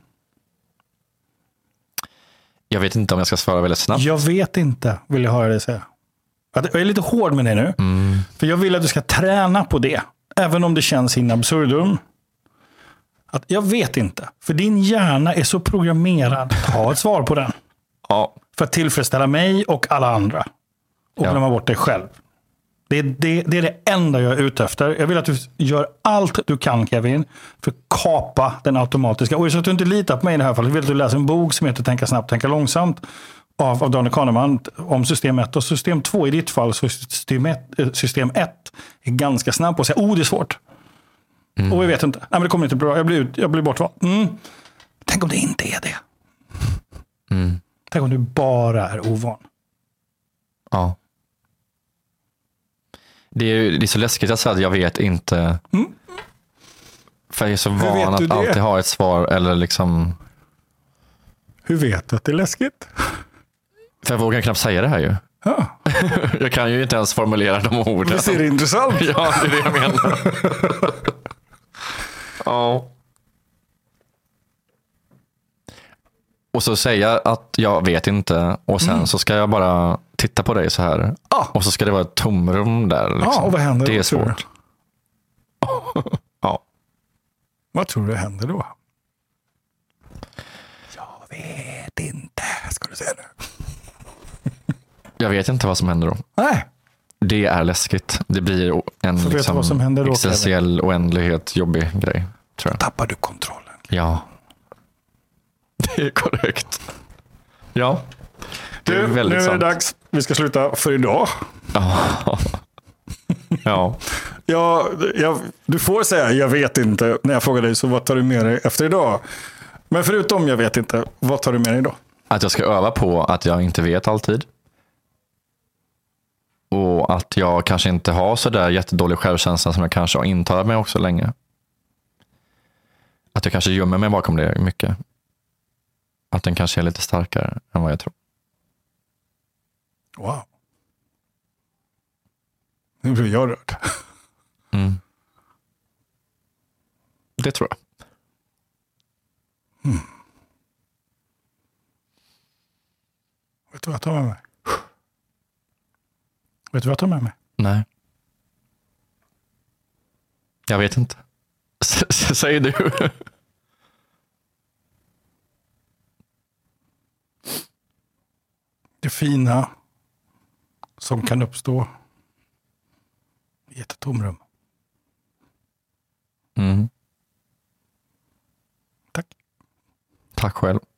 [SPEAKER 1] Jag vet inte om jag ska svara väldigt snabbt.
[SPEAKER 2] Jag vet inte, vill jag höra dig säga. Att jag är lite hård med det nu.
[SPEAKER 1] Mm.
[SPEAKER 2] För jag vill att du ska träna på det. Även om det känns in absurdum. Att jag vet inte. För din hjärna är så programmerad att ha ett svar på den.
[SPEAKER 1] Ja.
[SPEAKER 2] För att tillfredsställa mig och alla andra. Och
[SPEAKER 1] Ja.
[SPEAKER 2] glömma bort dig själv. Det är det, det är det enda jag är ute efter. Jag vill att du gör allt du kan, Kevin, för att kapa den automatiska. Och så att du inte litar på mig i det här fallet, jag vill att du läser en bok som heter Tänka snabbt, tänka långsamt av, av Daniel Kahneman om system ett. Och system två i ditt fall, så system ett, system ett är ganska snabb på att säga, oh det är svårt. Mm. Och jag vet inte, nej men det kommer inte bli bra, jag blir, ut, jag blir bortvald. Mm. Tänk om det inte är det.
[SPEAKER 1] Mm.
[SPEAKER 2] Tänk om du bara är ovan.
[SPEAKER 1] Ja. Det är, det är så läskigt att säga att jag vet inte.
[SPEAKER 2] Mm.
[SPEAKER 1] För jag är så
[SPEAKER 2] Hur vet
[SPEAKER 1] van
[SPEAKER 2] du
[SPEAKER 1] att
[SPEAKER 2] det?
[SPEAKER 1] alltid ha ett svar. Eller liksom,
[SPEAKER 2] Hur vet du att det är läskigt?
[SPEAKER 1] för jag vågar knappt säga det här ju.
[SPEAKER 2] Ja.
[SPEAKER 1] Jag kan ju inte ens formulera de orden.
[SPEAKER 2] Visst är det intressant?
[SPEAKER 1] Ja, det är det jag menar. Ja. Och så säga att jag vet inte. Och sen
[SPEAKER 2] Mm.
[SPEAKER 1] så ska jag bara titta på dig så här.
[SPEAKER 2] Ja.
[SPEAKER 1] Och så ska det vara ett tomrum där. Liksom.
[SPEAKER 2] Ja, och vad händer
[SPEAKER 1] Det
[SPEAKER 2] då,
[SPEAKER 1] är
[SPEAKER 2] tror du?
[SPEAKER 1] svårt. Ja.
[SPEAKER 2] Vad tror du händer då? Jag vet inte, ska du säga nu.
[SPEAKER 1] Jag vet inte vad som händer då.
[SPEAKER 2] Nej,
[SPEAKER 1] Det är läskigt. Det blir en
[SPEAKER 2] Får veta
[SPEAKER 1] liksom,
[SPEAKER 2] vad som händer då,
[SPEAKER 1] existentiell oändlighet jobbig grej, tror jag.
[SPEAKER 2] tappar du kontrollen.
[SPEAKER 1] Ja. Det är korrekt. Ja. Det är
[SPEAKER 2] Du, nu
[SPEAKER 1] väldigt
[SPEAKER 2] är det
[SPEAKER 1] sant.
[SPEAKER 2] dags. Vi ska sluta för idag.
[SPEAKER 1] Ja. Ja.
[SPEAKER 2] Ja, jag, du får säga jag vet inte när jag frågar dig, så vad tar du med dig efter idag? Men förutom jag vet inte, vad tar du med dig då?
[SPEAKER 1] Att jag ska öva på att jag inte vet alltid. Och att jag kanske inte har så där jättedålig självkänsla som jag kanske har intalat mig också länge. Att jag kanske gömmer mig bakom det mycket. Att den kanske är lite starkare än vad jag tror.
[SPEAKER 2] Wow. Nu blir jag rörd.
[SPEAKER 1] Mm. Det tror jag.
[SPEAKER 2] Mm. Vet du vad jag tar med mig? Vet du vad jag tar med mig?
[SPEAKER 1] Nej. Jag vet inte. S- Säg du.
[SPEAKER 2] fina som kan uppstå i ett tomrum.
[SPEAKER 1] Mm.
[SPEAKER 2] Tack.
[SPEAKER 1] Tack själv.